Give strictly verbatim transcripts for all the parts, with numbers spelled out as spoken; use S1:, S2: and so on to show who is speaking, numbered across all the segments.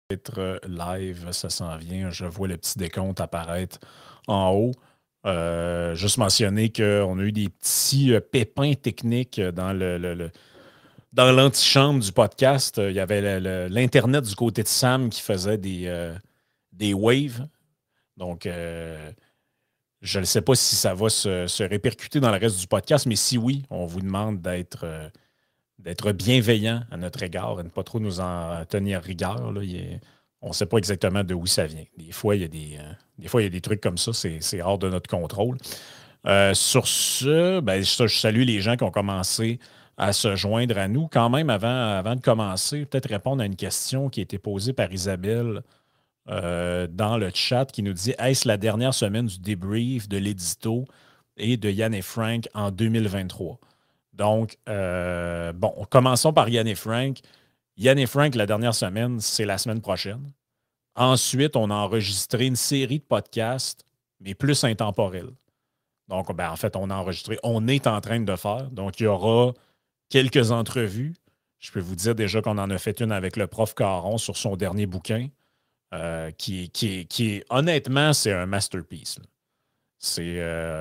S1: être live, ça s'en vient. Je vois le petit décompte apparaître en haut. Euh, juste mentionner qu'on a eu des petits euh, pépins techniques dans le, le- le- dans l'antichambre du podcast. Il y avait le- le- l'Internet du côté de Sam qui faisait des, euh, des waves. Donc, euh, je ne sais pas si ça va se, se répercuter dans le reste du podcast, mais si oui, on vous demande d'être euh, d'être bienveillant à notre égard et ne pas trop nous en tenir rigueur. Là. Il est- on ne sait pas exactement de où ça vient. Des fois, il y a des, euh, des fois, il y a des trucs comme ça, c'est c'est hors de notre contrôle. Euh, sur ce, ben, je, je salue les gens qui ont commencé à se joindre à nous. Quand même, avant, avant de commencer, peut-être répondre à une question qui a été posée par Isabelle euh, dans le chat qui nous dit: est-ce la dernière semaine du débrief de l'édito et de Yann et Frank en deux mille vingt-trois? Donc, euh, bon, commençons par Yann et Frank. Yann et Frank, la dernière semaine, c'est la semaine prochaine. Ensuite, on a enregistré une série de podcasts, mais plus intemporels. Donc, ben, en fait, on a enregistré, on est en train de faire. Donc, il y aura quelques entrevues. Je peux vous dire déjà qu'on en a fait une avec le prof Caron sur son dernier bouquin, euh, qui, qui, qui est, honnêtement, c'est un masterpiece. Là. C'est,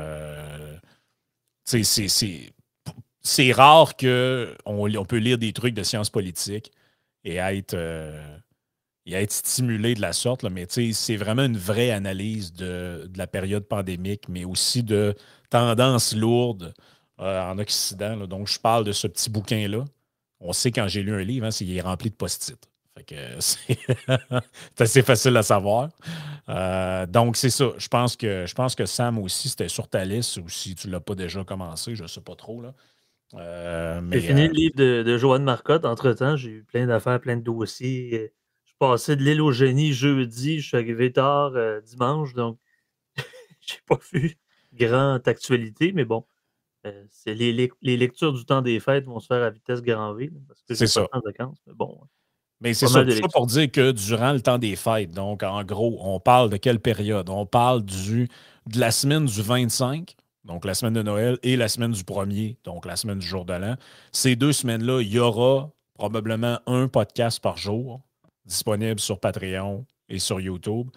S1: euh, c'est, c'est, c'est, c'est rare qu'on on peut lire des trucs de sciences politiques et être, euh, et être stimulé de la sorte, là, mais c'est vraiment une vraie analyse de, de la période pandémique, mais aussi de tendances lourdes euh, en Occident. Là. Donc, je parle de ce petit bouquin-là. On sait quand j'ai lu un livre, hein, c'est qu'il est rempli de post-it. Fait que c'est c'est assez facile à savoir. Euh, donc, c'est ça. Je pense que, je pense que Sam aussi, c'était sur ta liste, ou si tu ne l'as pas déjà commencé, je ne sais pas trop. Là. Euh,
S2: J'ai
S1: mais
S2: fini
S1: euh,
S2: le livre de, de Joanne Marcotte. Entre-temps, j'ai eu plein d'affaires, plein de dossiers. Euh, Je suis passé de l'île au génie jeudi, je suis arrivé tard euh, dimanche, donc j'ai pas vu grande actualité, mais bon, euh, c'est les, lec- les lectures du temps des fêtes vont se faire à vitesse grand V, là, parce que je
S1: c'est
S2: vais
S1: ça.
S2: partir en vacances, mais bon,
S1: Mais c'est
S2: pas
S1: ça,
S2: mal de
S1: tout ça
S2: lectures.
S1: pour dire que durant le temps des fêtes, donc en gros, on parle de quelle période? On parle du, de la semaine du vingt-cinq, donc la semaine de Noël, et la semaine du premier, donc la semaine du jour de l'an. Ces deux semaines-là, il y aura probablement un podcast par jour disponible sur Patreon et sur YouTube,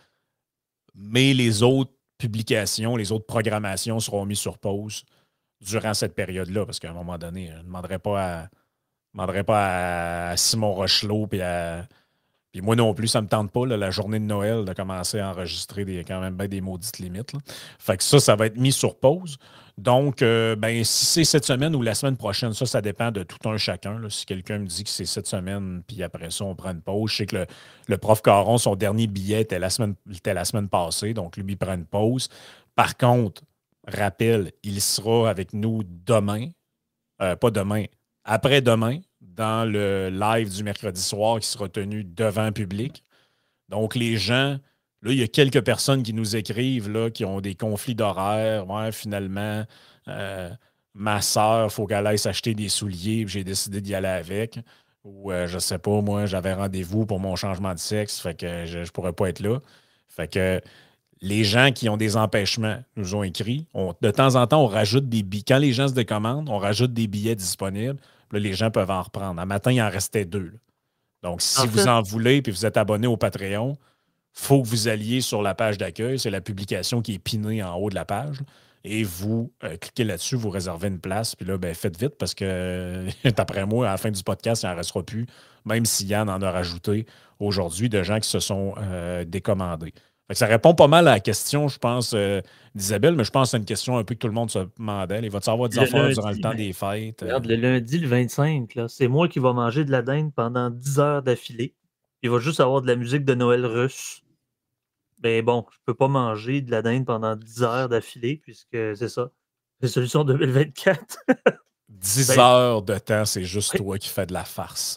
S1: mais les autres publications, les autres programmations seront mises sur pause durant cette période-là, parce qu'à un moment donné, je ne demanderai pas à, je demanderai pas à Simon Rochelot et à puis moi non plus, ça ne me tente pas, là, la journée de Noël, de commencer à enregistrer des, quand même bien des maudites limites. Là. Fait que ça, ça va être mis sur pause. Donc, euh, ben, si c'est cette semaine ou la semaine prochaine, ça, ça dépend de tout un chacun. Là. Si quelqu'un me dit que c'est cette semaine, puis après ça, on prend une pause. Je sais que le, le prof Caron, son dernier billet était la semaine, était la semaine passée, donc lui, il prend une pause. Par contre, rappel, il sera avec nous demain, euh, pas demain, après-demain, dans le live du mercredi soir qui sera tenu devant public. Donc, les gens, là, il y a quelques personnes qui nous écrivent, là, qui ont des conflits d'horaire. Ouais, finalement, euh, ma soeur, il faut qu'elle aille s'acheter des souliers, puis j'ai décidé d'y aller avec. Ou, euh, je sais pas, moi, j'avais rendez-vous pour mon changement de sexe, fait que je ne pourrais pas être là. Fait que les gens qui ont des empêchements nous ont écrit. On- de temps en temps, on rajoute des billets. Quand les gens se décommandent, on rajoute des billets disponibles. Puis là, les gens peuvent en reprendre. Un matin, il en restait deux. Là. Donc, si
S2: En
S1: vous
S2: fait,
S1: en voulez et vous êtes abonné au Patreon, il faut que vous alliez sur la page d'accueil. C'est la publication qui est pinée en haut de la page. Là. Et vous euh, cliquez là-dessus, vous réservez une place. Puis là, ben, faites vite parce que, d'après moi, à la fin du podcast, il n'en restera plus, même si Yann en a rajouté aujourd'hui de gens qui se sont euh, décommandés. Fait que ça répond pas mal à la question, je pense, euh, d'Isabelle, mais je pense que c'est une question un peu que tout le monde se demandait. Il va-tu avoir des
S2: le
S1: affaires durant le
S2: lundi,
S1: temps
S2: ben,
S1: des fêtes? Euh,
S2: regarde, le lundi, le vingt-cinq, là, c'est moi qui va manger de la dinde pendant dix heures d'affilée. Il va juste avoir de la musique de Noël russe. Mais bon, je peux pas manger de la dinde pendant dix heures d'affilée puisque c'est ça. Résolution deux mille vingt-quatre.
S1: dix
S2: Ben,
S1: heures de temps, c'est juste
S2: ouais,
S1: toi qui fais de la farce.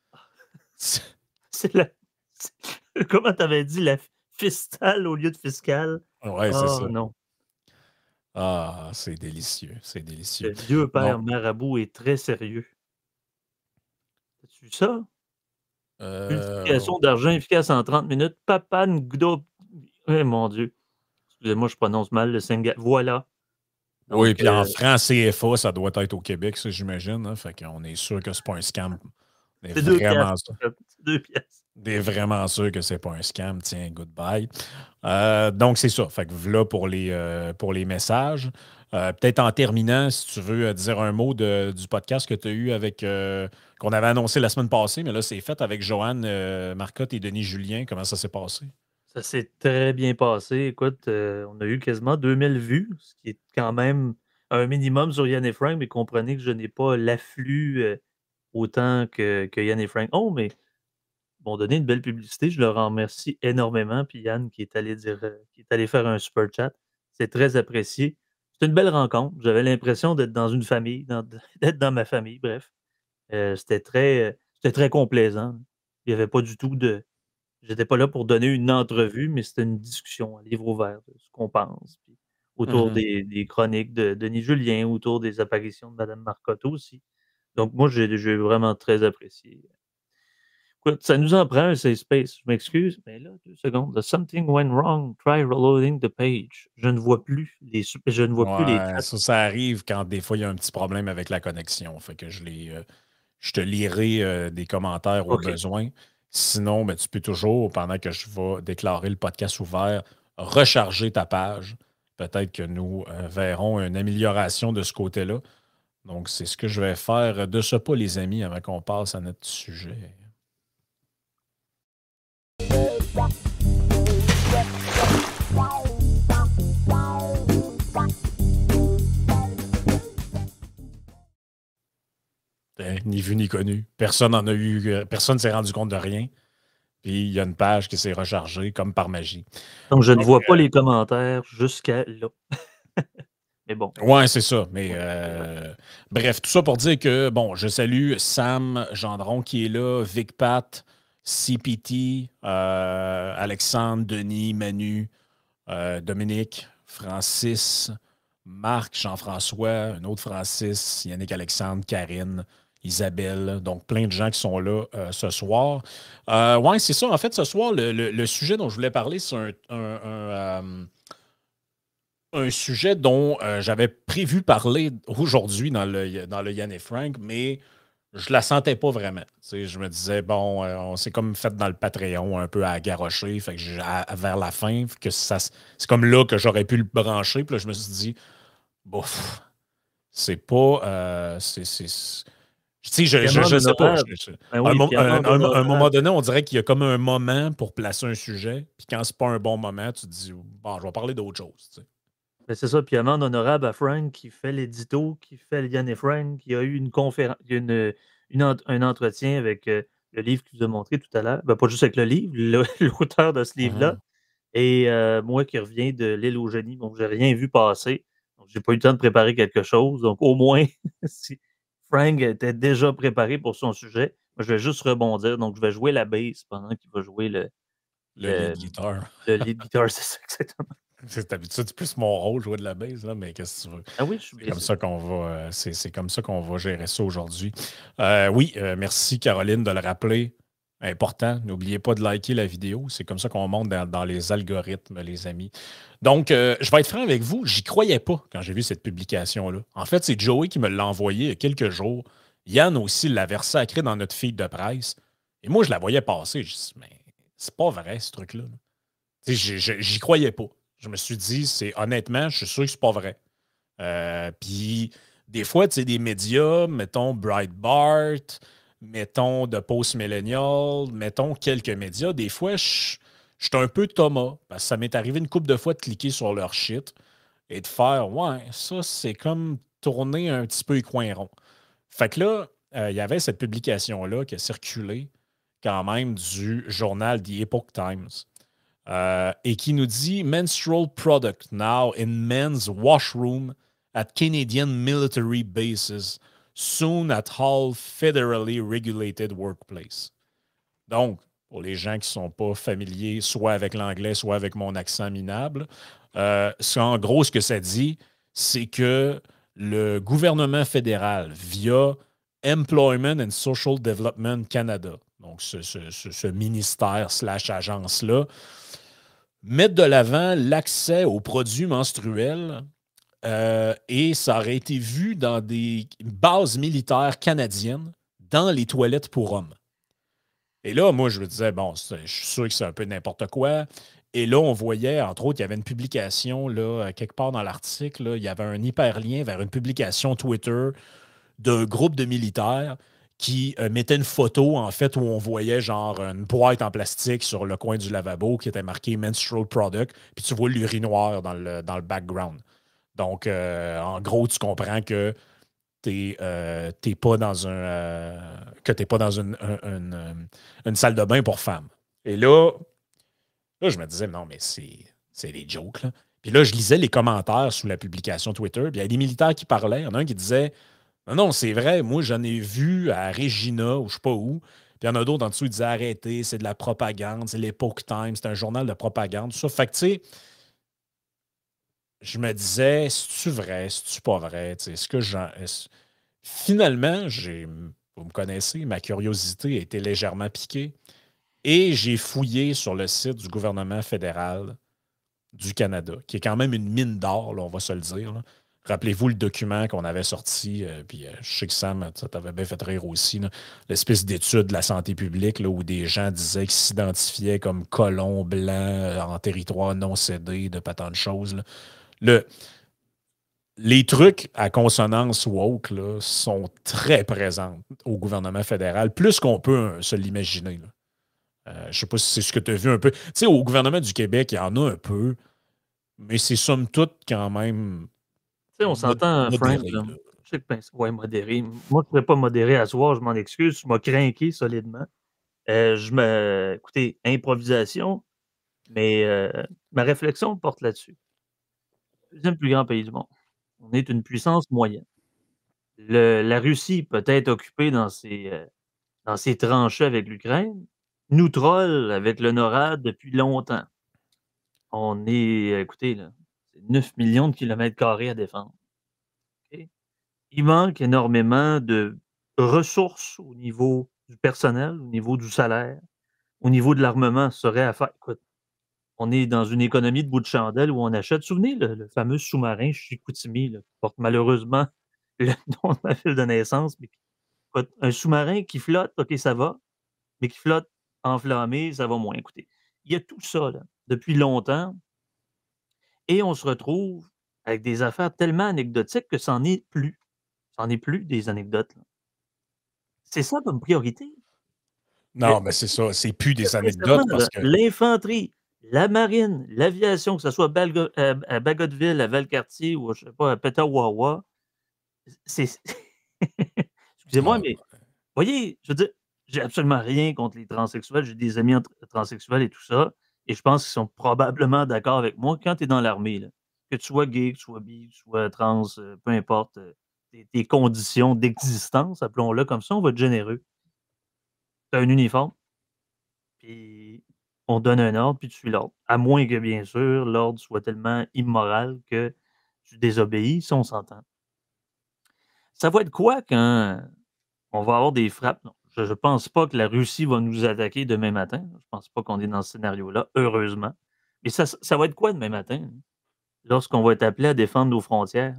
S2: c'est la c'est comment t'avais dit la fistale au lieu de fiscale?
S1: Ouais, c'est ça.
S2: Oh non,
S1: Ah, c'est délicieux, c'est délicieux.
S2: le vieux
S1: Donc,
S2: père marabout est très sérieux. As-tu vu ça?
S1: euh,
S2: Multiplication d'argent efficace en trente minutes. Papa Ngdo. Eh mon Dieu. Excusez-moi, je prononce mal le Senga. Voilà.
S1: oui,
S2: Donc,
S1: puis en
S2: euh,
S1: franc C F A, ça doit être au Québec, ça, j'imagine. Hein. Fait qu'on est sûr que c'est pas un scam. C'est
S2: c'est deux piastres,
S1: vraiment ça.
S2: en fait. C'est deux piastres.
S1: T'es vraiment sûr que c'est pas un scam. Tiens, goodbye. Euh, donc, c'est ça. Fait que voilà pour les, euh, pour les messages. Euh, peut-être en terminant, si tu veux euh, dire un mot de- du podcast que tu as eu avec, euh, qu'on avait annoncé la semaine passée, mais là, c'est fait avec Joanne euh, Marcotte et Denis Julien. Comment ça s'est passé?
S2: Ça s'est très bien passé. Écoute, euh, on a eu quasiment deux mille vues, ce qui est quand même un minimum sur Yann et Frank, mais comprenez que je n'ai pas l'afflux euh, autant que, que Yann et Frank. Oh, mais ils m'ont donné une belle publicité. Je leur en remercie énormément. Puis Yann qui est allé dire, euh, qui est allé faire un super chat. C'est très apprécié. C'est une belle rencontre. J'avais l'impression d'être dans une famille, dans- d'être dans ma famille, bref. Euh, c'était très, euh, c'était très complaisant. Il n'y avait pas du tout de. J'étais pas là pour donner une entrevue, mais c'était une discussion à livre ouvert de ce qu'on pense. Puis autour
S1: Mhm.
S2: des, des chroniques de Denis Julien, autour des apparitions de Mme Marcotte aussi. Donc moi, j'ai j'ai vraiment très apprécié. Écoute, ça nous en prend un safe space. Je m'excuse, mais là, deux secondes. The something went wrong. Try reloading the page. Je ne vois plus les, sup- je ne vois plus les
S1: Ouais,
S2: chats.
S1: ça, ça arrive quand des fois il y a un petit problème avec la connexion. Fait que je les, euh, je te lirai euh, des commentaires au
S2: OK.
S1: besoin. Sinon, ben, tu peux toujours, pendant que je vais déclarer le podcast ouvert, recharger ta page. Peut-être que nous euh, verrons une amélioration de ce côté-là. Donc, c'est ce que je vais faire de ce pas, les amis, avant qu'on passe à notre sujet. Hein, ni vu ni connu. Personne en a eu, euh, personne ne s'est rendu compte de rien. Puis il y a une page qui s'est rechargée comme par magie.
S2: Donc, je ne
S1: Donc,
S2: vois pas les commentaires jusqu'à là. Mais bon.
S1: ouais, c'est ça. Mais
S2: Ouais, c'est vrai.
S1: euh, bref, tout ça pour dire que, bon, je salue Sam Gendron qui est là, Vic Pat, C P T, euh, Alexandre, Denis, Manu, euh, Dominique, Francis, Marc, Jean-François, un autre Francis, Yannick Alexandre, Karine, Isabelle. Donc, plein de gens qui sont là euh, ce soir. Euh, ouais, c'est ça. En fait, ce soir, le, le- le sujet dont je voulais parler, c'est un, un- un, euh, un sujet dont euh, j'avais prévu parler aujourd'hui dans le, dans le Yann et Frank, mais je la sentais pas vraiment. Tu sais, je me disais, bon, euh, on s'est comme fait dans le Patreon un peu à garocher, fait que j'ai- à- vers la fin, que ça, s- c'est comme là que j'aurais pu le brancher, puis là, je me suis dit, bof, c'est pas, euh, c'est, c'est- c'est- tu sais, je,
S2: Puis
S1: je,
S2: amende
S1: je sais pas.
S2: honorable.
S1: Je- je-
S2: Ben
S1: un,
S2: oui,
S1: mo-
S2: puis
S1: un-
S2: amende
S1: un- un moment
S2: honorable.
S1: donné, on dirait qu'il y a comme un moment pour placer un sujet, puis quand c'est pas un bon moment, tu te dis, bon, je vais parler d'autre chose. Tu sais.
S2: Ben, c'est ça, puis amende honorable à Frank qui fait l'édito, qui fait le Yann et Frank, qui a eu une conférence, une, une ent- un entretien avec euh, le livre qu'il vous a montré tout à l'heure. Ben, pas juste avec le livre, le- l'auteur de ce livre-là.
S1: Mhm.
S2: Et euh, moi qui reviens de l'île au génie, donc j'ai rien vu passer. Donc, j'ai pas eu le temps de préparer quelque chose. Donc, au moins, si Frank était déjà préparé pour son sujet, moi, je vais juste rebondir. Donc, je vais jouer la bass pendant qu'il va jouer le,
S1: Le
S2: le,
S1: lead guitar.
S2: le lead guitar, c'est ça exactement.
S1: C'est d'habitude c'est plus mon rôle, jouer de la bass, là, mais qu'est-ce que tu veux?
S2: Ah oui, je suis
S1: C'est comme
S2: bassiste.
S1: ça qu'on va, euh, c'est, c'est comme ça qu'on va gérer ça aujourd'hui. Euh, oui, euh, merci Caroline de le rappeler. Important, n'oubliez pas de liker la vidéo. C'est comme ça qu'on monte dans, dans les algorithmes, les amis. Donc, euh, je vais être franc avec vous, j'y croyais pas quand j'ai vu cette publication-là. En fait, c'est Joey qui me l'a envoyé il y a quelques jours. Yann aussi l'avait sacré dans notre feed de presse. Et moi, je la voyais passer. Je dis, mais c'est pas vrai, ce truc-là. Tu sais, J'y j'y- j'y croyais pas. Je me suis dit, c'est honnêtement, je suis sûr que c'est pas vrai. Euh, Puis, des fois, tu sais, des médias, mettons Breitbart, mettons The Post Millennial, mettons quelques médias, des fois, je je suis un peu Thomas, parce que ça m'est arrivé une couple de fois de cliquer sur leur shit et de faire, ouais, ça, c'est comme tourner un petit peu les coins ronds. Fait que là, euh, il y avait cette publication-là qui a circulé quand même du journal The Epoch Times. Euh, et qui nous dit Menstrual product now in men's washroom at Canadian military bases, soon at all federally regulated workplace. Donc, pour les gens qui ne sont pas familiers, soit avec l'anglais, soit avec mon accent minable, euh, c'est en gros ce que ça dit, c'est que le gouvernement fédéral, via Employment and Social Development Canada, donc ce, ce- ce- ce ministère slash agence-là, mettre de l'avant l'accès aux produits menstruels euh, et ça aurait été vu dans des bases militaires canadiennes dans les toilettes pour hommes. Et là, moi, je me disais, bon, je suis sûr que c'est un peu n'importe quoi. Et là, on voyait, entre autres, il y avait une publication, là, quelque part dans l'article, là, il y avait un hyperlien vers une publication Twitter d'un groupe de militaires qui euh, mettait une photo, en fait, où on voyait genre une boîte en plastique sur le coin du lavabo qui était marqué Menstrual Product, puis tu vois l'urinoir dans le, dans le background. Donc, euh, en gros, tu comprends que t'es euh, t'es pas dans un euh, que t'es pas dans une, un- une, euh, une salle de bain pour femmes. Et là, là, je me disais, non, mais c'est c'est des jokes, là. Puis là, je lisais les commentaires sous la publication Twitter, puis il y a des militaires qui parlaient. Il y en a un qui disait, non, non, c'est vrai, moi, j'en ai vu à Regina ou je sais pas où. Puis il y en a d'autres en dessous qui disaient, arrêtez, c'est de la propagande, c'est l'Epoch Times, c'est un journal de propagande, tout ça. Fait que, tu sais, je me disais, c'est-tu vrai, c'est-tu pas vrai? Tu sais, Est-ce que j'en. est-ce- Finalement, j'ai, vous me connaissez, ma curiosité a été légèrement piquée et j'ai fouillé sur le site du gouvernement fédéral du Canada, qui est quand même une mine d'or, là, on va se le dire, là. Rappelez-vous le document qu'on avait sorti, euh, puis euh, je sais que Sam, ça t'avait bien fait rire aussi, là, l'espèce d'étude de la santé publique là, où des gens disaient qu'ils s'identifiaient comme colons blancs euh, en territoire non cédé, de pas tant de choses. Là. Le, les trucs à consonance woke là, sont très présents au gouvernement fédéral, plus qu'on peut euh, se l'imaginer. Là. Euh, je ne sais pas si c'est ce que tu as vu un peu. Tu sais, au gouvernement du Québec, il y en a un peu, mais c'est somme toute quand même
S2: Tu sais, on
S1: mo-
S2: s'entend, Frank,
S1: modéré.
S2: là.
S1: Là.
S2: Je sais que ben, ouais, modéré. Moi, je ne pourrais pas modérer à soir, je m'en excuse. Tu m'as craqué solidement. Euh, je me. Écoutez, improvisation, mais euh, ma réflexion porte là-dessus. Deuxième plus grand pays du monde. On est une puissance moyenne. Le- la Russie peut être occupée dans ses, euh, dans ses tranchées avec l'Ukraine. Nous troll avec le NORAD depuis longtemps. On est, écoutez, là, c'est neuf millions de kilomètres carrés à défendre. OK? Il manque énormément de ressources au niveau du personnel, au niveau du salaire, au niveau de l'armement, ça serait à faire. Écoute, on est dans une économie de bout de chandelle où on achète. Souvenez le, le fameux sous-marin Chicoutimi, là, qui porte malheureusement le nom de ma ville de naissance. Mais, écoute, un sous-marin qui flotte, OK, ça va, mais qui flotte enflammé, ça va moins. Écoutez, il y a tout ça là, depuis longtemps et on se retrouve avec des affaires tellement anecdotiques que ça n'en est plus. Ça n'en est plus des anecdotes. Là. C'est ça comme priorité. Le
S1: Non, mais c'est ça. C'est plus
S2: Très
S1: des
S2: sincèrement,
S1: anecdotes
S2: là,
S1: parce que.
S2: l'infanterie, la marine, l'aviation, que ce soit Balgo à à Bagotville, à Valcartier ou je sais pas, à Petawawa, c'est excusez-moi,
S1: Non.
S2: mais voyez, je veux dire, j'ai absolument rien contre les transsexuels. J'ai des amis entre transsexuels et tout ça, et je pense qu'ils sont probablement d'accord avec moi. Quand tu es dans l'armée, là, que tu sois gay, que tu sois bi, que tu sois trans, heu, peu importe, heu, tes tes conditions d'existence, appelons-le comme ça, on va être généreux. Tu as un uniforme, puis on donne un ordre, puis tu suis l'ordre. À moins que, bien sûr, l'ordre soit tellement immoral que tu désobéis, ça, on s'entend. Ça va être quoi quand on va avoir des frappes? Non, je ne pense pas que la Russie va nous attaquer demain matin. Je pense pas qu'on est dans ce scénario-là, heureusement. Mais ça ça va être quoi demain matin, hein, lorsqu'on va être appelé à défendre nos frontières?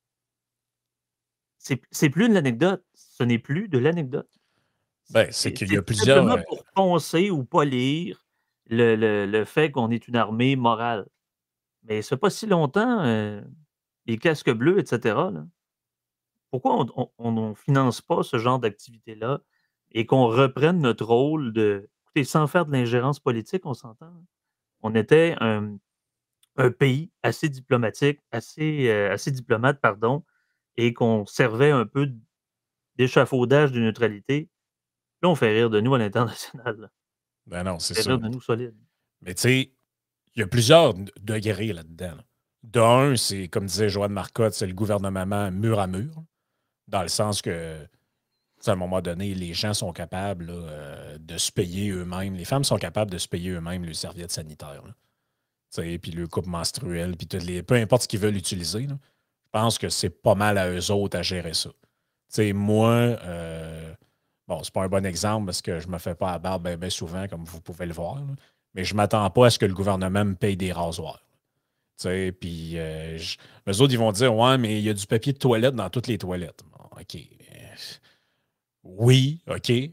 S2: C'est c'est plus de l'anecdote, ce n'est plus de l'anecdote.
S1: Ben, c'est
S2: C'est
S1: qu'il y
S2: c'est
S1: a
S2: tout
S1: plusieurs.
S2: simplement
S1: euh,
S2: pour poncer ou polir le le le fait qu'on est une armée morale. Mais ça fait pas si longtemps, heu, les casques bleus et cetera, là, pourquoi on on finance pas ce genre d'activité-là et qu'on reprenne notre rôle de écoutez, sans faire de l'ingérence politique, on s'entend, hein. On était un un pays assez diplomatique, assez, heu, assez diplomate, pardon, et qu'on servait un peu d'échafaudage de neutralité. Là, on fait rire de nous à l'international, là.
S1: Ben non, c'est
S2: On fait
S1: ça.
S2: rire de nous solide.
S1: Mais tu sais, il y a plusieurs n- degrés là-dedans. Là. De un, c'est, comme disait Joanne Marcotte, c'est le gouvernement mur à mur, dans le sens que, tu sais, à un moment donné, les gens sont capables là, euh, de se payer eux-mêmes. Les femmes sont capables de se payer eux-mêmes les serviettes sanitaires. Là. Tu sais, puis le coupe menstruel, puis toutes les, peu importe ce qu'ils veulent utiliser. Là. Je pense que c'est pas mal à eux autres à gérer ça. Tu sais, moi, euh, bon, c'est pas un bon exemple parce que je me fais pas à barbe bien ben souvent, comme vous pouvez le voir, là. Mais je m'attends pas à ce que le gouvernement me paye des rasoirs. Tu sais, puis euh, je- eux autres, ils vont dire, ouais, mais il y a du papier de toilette dans toutes les toilettes. Bon, OK. euh, Oui, OK.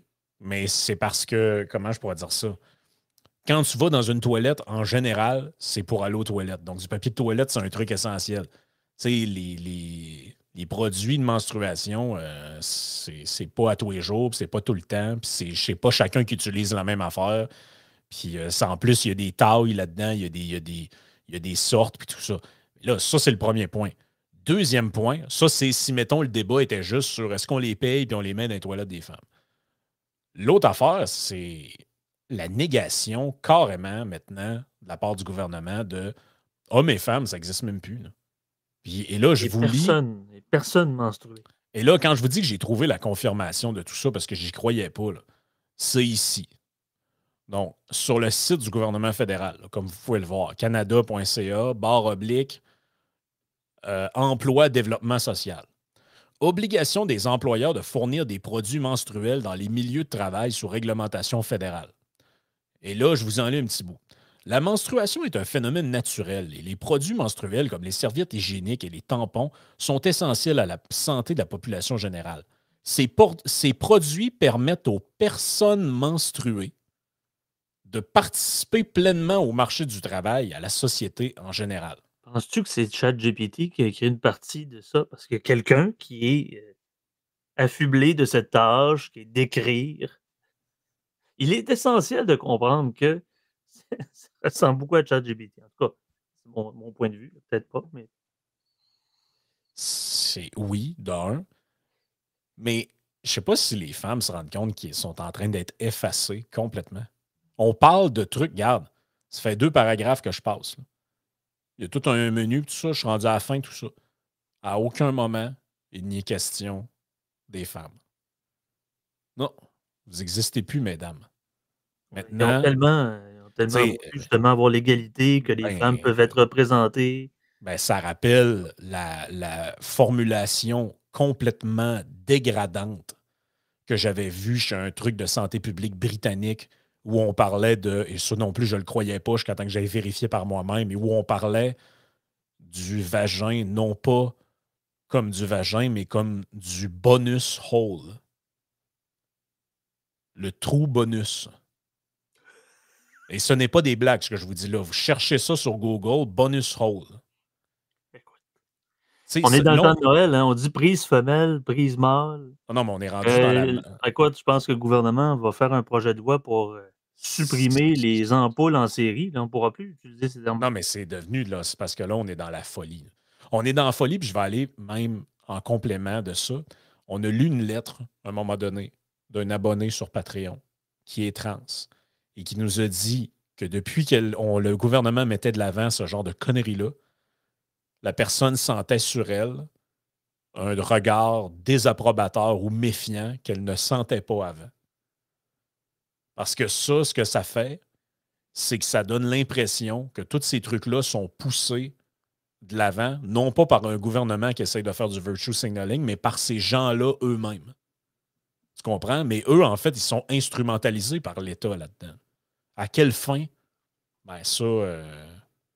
S1: Mais c'est parce que, comment je pourrais dire ça? Quand tu vas dans une toilette, en général, c'est pour aller aux toilettes. Donc, du papier de toilette, c'est un truc essentiel. Tu sais, les, les, les produits de menstruation, euh, c'est c'est pas à tous les jours, puis c'est pas tout le temps, puis c'est c'est pas chacun qui utilise la même affaire. Puis euh, ça, en plus, il y a des tailles là-dedans, il y a des, il y a des, il y a des sortes, puis tout ça. Là, ça, c'est le premier point. Deuxième point, ça, c'est si, mettons, le débat était juste sur est-ce qu'on les paye puis on les met dans les toilettes des femmes. L'autre affaire, c'est la négation carrément maintenant de la part du gouvernement de hommes et femmes, ça n'existe même plus. Là. Puis, et là, je
S2: Et
S1: vous lis.
S2: personne, et personne menstruée.
S1: Et là, quand je vous dis que j'ai trouvé la confirmation de tout ça parce que j'y croyais pas, là, c'est ici. Donc, sur le site du gouvernement fédéral, là, comme vous pouvez le voir, canada point c a, barre oblique, euh, emploi, développement social. Obligation des employeurs de fournir des produits menstruels dans les milieux de travail sous réglementation fédérale. Et là, je vous en lis un petit bout. La menstruation est un phénomène naturel et les produits menstruels comme les serviettes hygiéniques et les tampons sont essentiels à la santé de la population générale. Ces, por- ces produits permettent aux personnes menstruées de participer pleinement au marché du travail et à la société en général.
S2: Penses-tu que c'est ChatGPT qui a écrit une partie de ça? Parce que quelqu'un qui est euh, affublé de cette tâche, qui est d'écrire, il est essentiel de comprendre que ça ressemble beaucoup à ChatGPT. En tout cas, c'est mon, mon point de vue. Peut-être pas, mais
S1: C'est oui, d'un, mais je ne sais pas si les femmes se rendent compte qu'ils sont en train d'être effacées complètement. On parle de trucs, regarde, ça fait deux paragraphes que je passe. Là. Il y a tout un menu, tout ça, je suis rendu à la fin, tout ça. À aucun moment, il n'y est question des femmes. Non, vous n'existez plus, mesdames.
S2: ouais, ils ont
S1: Maintenant,
S2: tellement, ils ont
S1: tu
S2: tellement
S1: sais,
S2: voulu justement avoir l'égalité, que les femmes
S1: ben,
S2: peuvent être représentées.
S1: ben, ça rappelle la, la formulation complètement dégradante que j'avais vue chez un truc de santé publique britannique où on parlait de, et ça non plus, je ne le croyais pas jusqu'à temps que j'avais vérifié par moi-même, et où on parlait du vagin, non pas comme du vagin, mais comme du bonus hole. Le trou bonus. Et ce n'est pas des blagues, ce que je vous dis là. Vous cherchez ça sur Google, bonus hole.
S2: Écoute,
S1: Tu sais,
S2: on est
S1: c'est-
S2: dans le
S1: là,
S2: temps
S1: on-
S2: de Noël, hein, on dit prise femelle, prise mâle.
S1: ah non, mais on est rendu dans la.
S2: Euh, écoute, je pense que le gouvernement va faire un projet de loi pour euh, supprimer les ampoules en série. Là, on ne pourra plus utiliser ces
S1: Non,
S2: armes.
S1: mais c'est devenu, là, c'est parce que là, on est dans la folie. On est dans la folie, puis je vais aller même en complément de ça. On a lu une lettre, à un moment donné, d'un abonné sur Patreon qui est trans et qui nous a dit que depuis que le gouvernement mettait de l'avant ce genre de conneries-là, la personne sentait sur elle un regard désapprobateur ou méfiant qu'elle ne sentait pas avant. Parce que ça, ce que ça fait, c'est que ça donne l'impression que tous ces trucs-là sont poussés de l'avant, non pas par un gouvernement qui essaye de faire du virtue signaling, mais par ces gens-là eux-mêmes. Tu comprends? Mais eux, en fait, ils sont instrumentalisés par l'État là-dedans. À quelle fin? Ben ça, euh,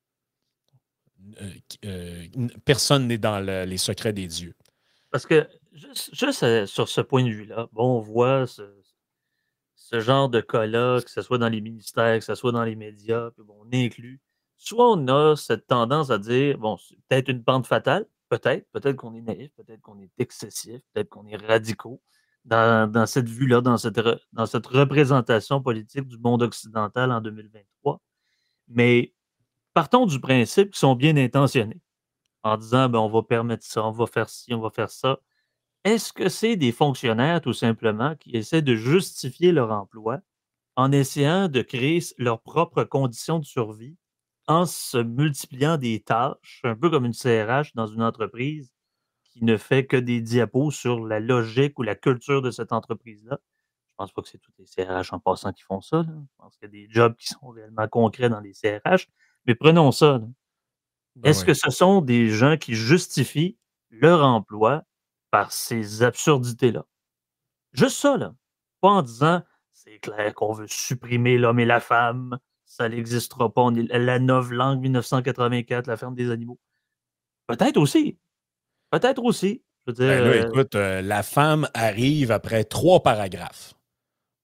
S1: euh, euh, personne n'est dans le- les secrets des dieux.
S2: Parce que juste, juste euh, sur ce point de vue-là, bon, on voit ce, ce genre de cas-là, que ce soit dans les ministères, que ce soit dans les médias, puis bon, on inclut. Soit on a cette tendance à dire, bon, c'est peut-être une pente fatale, peut-être, peut-être qu'on est naïf, peut-être qu'on est excessif, peut-être qu'on est radicaux dans, dans cette vue-là, dans cette, re- dans cette représentation politique du monde occidental en deux mille vingt-trois. Mais partons du principe qu'ils sont bien intentionnés en disant, ben, on va permettre ça, on va faire ci, on va faire ça. Est-ce que c'est des fonctionnaires, tout simplement, qui essaient de justifier leur emploi en essayant de créer s leurs propres conditions de survie, en se multipliant des tâches, un peu comme une C R H dans une entreprise qui ne fait que des diapos sur la logique ou la culture de cette entreprise-là? Je pense pas que c'est toutes les C R H en passant qui font ça, là. Je pense qu'il y a des jobs qui sont réellement concrets dans les C R H, mais prenons ça, là.
S1: Ben
S2: Est-ce
S1: oui.
S2: que ce sont des gens qui justifient leur emploi par ces absurdités-là? Juste ça, là. Pas en disant: «C'est clair qu'on veut supprimer l'homme et la femme, ça n'existera pas, on est la novlangue mille neuf cent quatre-vingt-quatre, la ferme des animaux». Peut-être aussi, peut-être aussi. Je veux dire,
S1: Ben là,
S2: heu,
S1: écoute, euh, la femme arrive après trois paragraphes.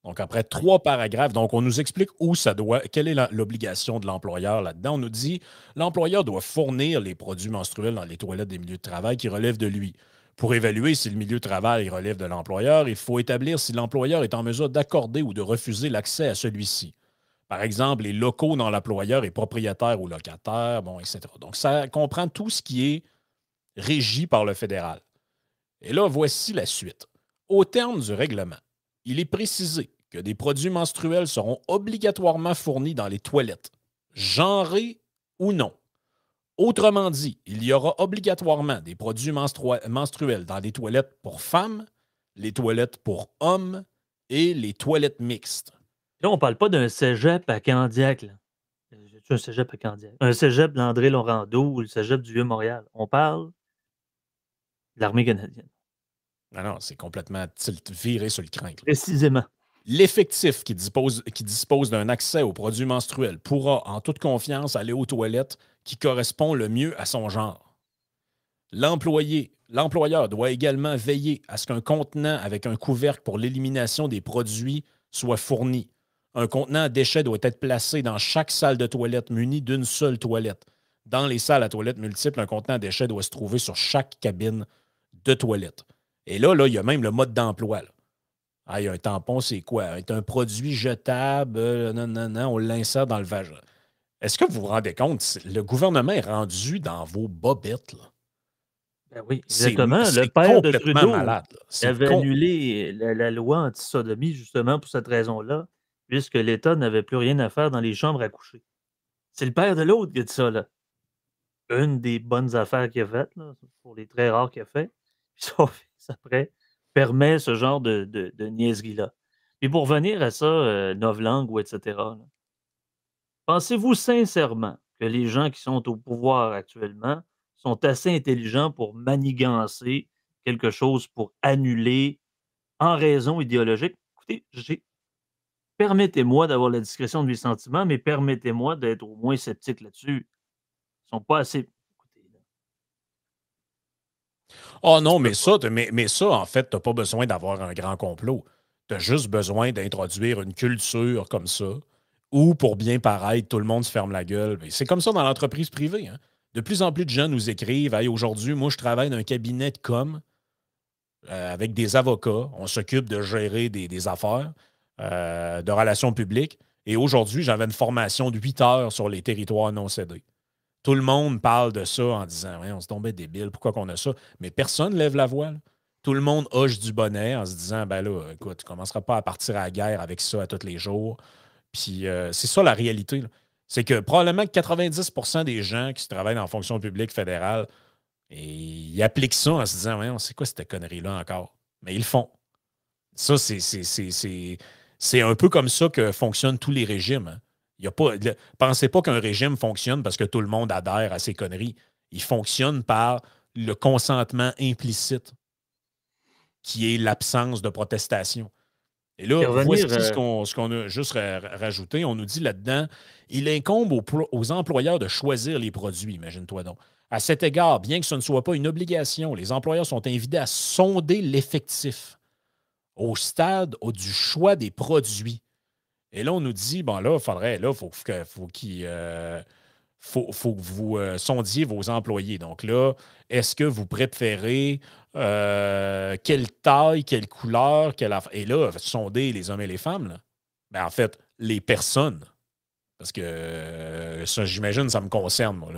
S1: Donc, après trois paragraphes, donc on nous explique où ça doit, quelle est la- l'obligation de l'employeur là-dedans. On nous dit l'employeur doit fournir les produits menstruels dans les toilettes des milieux de travail qui relèvent de lui. Pour évaluer si le milieu de travail relève de l'employeur, il faut établir si l'employeur est en mesure d'accorder ou de refuser l'accès à celui-ci. Par exemple, les locaux dont l'employeur est propriétaire ou locataire, bon, et cetera. Donc, ça comprend tout ce qui est régi par le fédéral. Et là, voici la suite. Au terme du règlement, il est précisé que des produits menstruels seront obligatoirement fournis dans les toilettes, genrés ou non. Autrement dit, il y aura obligatoirement des produits menstrua- menstruels dans les toilettes pour femmes, les toilettes pour hommes et les toilettes mixtes.
S2: Là, on parle pas d'un cégep à Candiac, là. Euh, J'ai-tu un cégep à Candiac? Un cégep de l'André Laurando ou le cégep du Vieux-Montréal. On parle de l'armée canadienne.
S1: Non, non, c'est complètement tilt- viré sur le crinque. là.
S2: Précisément.
S1: L'effectif qui dispose, qui dispose d'un accès aux produits menstruels pourra, en toute confiance, aller aux toilettes qui correspond le mieux à son genre. L'employé, l'employeur doit également veiller à ce qu'un contenant avec un couvercle pour l'élimination des produits soit fourni. Un contenant à déchets doit être placé dans chaque salle de toilette muni d'une seule toilette. Dans les salles à toilettes multiples, un contenant à déchets doit se trouver sur chaque cabine de toilette. Et là, là, il y a même le mode d'emploi. là. Ah, il y a un tampon, c'est quoi? C'est un produit jetable, euh, non, non, non, on l'insère dans le vagin. Est-ce que vous vous rendez compte? c'est- Le gouvernement est rendu dans vos bobettes. là.
S2: Ben oui,
S1: C'est
S2: exactement. Le
S1: c'est
S2: père de
S1: complètement
S2: Trudeau,
S1: malade. là.
S2: il
S1: C'est
S2: avait
S1: con-
S2: annulé la, la loi anti-sodomie justement pour cette raison-là, puisque l'État n'avait plus rien à faire dans les chambres à coucher. C'est le père de l'autre qui a dit ça, là. Une des bonnes affaires qu'il a faites, là, pour les très rares qu'il a fait. Puis son fils, après, permet ce genre de, de, de niaiserie-là. Puis pour revenir à ça, euh, novlangue ou et cetera, là, pensez-vous sincèrement que les gens qui sont au pouvoir actuellement sont assez intelligents pour manigancer quelque chose pour annuler en raison idéologique? Écoutez, j'ai permettez-moi d'avoir la discrétion de mes sentiments, mais permettez-moi d'être au moins sceptique là-dessus. Ils sont pas assez écoutez, là,
S1: Oh
S2: ça se
S1: non,
S2: peut
S1: mais
S2: pas.
S1: ça, t'as- mais, mais ça, en fait, tu n'as pas besoin d'avoir un grand complot. Tu as juste besoin d'introduire une culture comme ça, où pour bien paraître, tout le monde se ferme la gueule. Mais c'est comme ça dans l'entreprise privée. hein. De plus en plus de gens nous écrivent Hey, aujourd'hui, moi, je travaille dans un cabinet de com euh, avec des avocats. On s'occupe de gérer des, des affaires, euh, de relations publiques. Et aujourd'hui, j'avais une formation de huit heures sur les territoires non cédés. Tout le monde parle de ça en disant ouais, on se tombait débile, pourquoi qu'on a ça? Mais personne ne lève la voix. là. Tout le monde hoche du bonnet en se disant ben là, écoute, tu ne commenceras pas à partir à la guerre avec ça à tous les jours. Puis euh, c'est ça la réalité. là. C'est que probablement que quatre-vingt-dix pour cent des gens qui travaillent dans la fonction publique fédérale, et ils appliquent ça en se disant ouais, on sait quoi cette connerie-là encore? Mais ils le font. Ça, c'est, c'est, c'est, c'est, c'est un peu comme ça que fonctionnent tous les régimes. hein. Il y a pas, le- pensez pas qu'un régime fonctionne parce que tout le monde adhère à ces conneries. Il fonctionne par le consentement implicite, qui est l'absence de protestation. Et
S2: Puis
S1: là,
S2: revenir,
S1: voici ce
S2: heu,
S1: qu'on, ce qu'on a juste ra- rajouté. On nous dit là-dedans, il incombe aux, pro- aux employeurs de choisir les produits, imagine-toi donc. À cet égard, bien que ce ne soit pas une obligation, les employeurs sont invités à sonder l'effectif au stade au- du choix des produits. Et là, on nous dit, bon, là, il faudrait, là, faut, que- faut qu'il, euh, faut, faut que vous euh, sondiez vos employés. Donc là, est-ce que vous préférez euh, quelle taille, quelle couleur, quelle aff- Et là, sonder les hommes et les femmes, là. Ben, en fait, les personnes. Parce que euh, ça, j'imagine, ça me concerne, moi, là.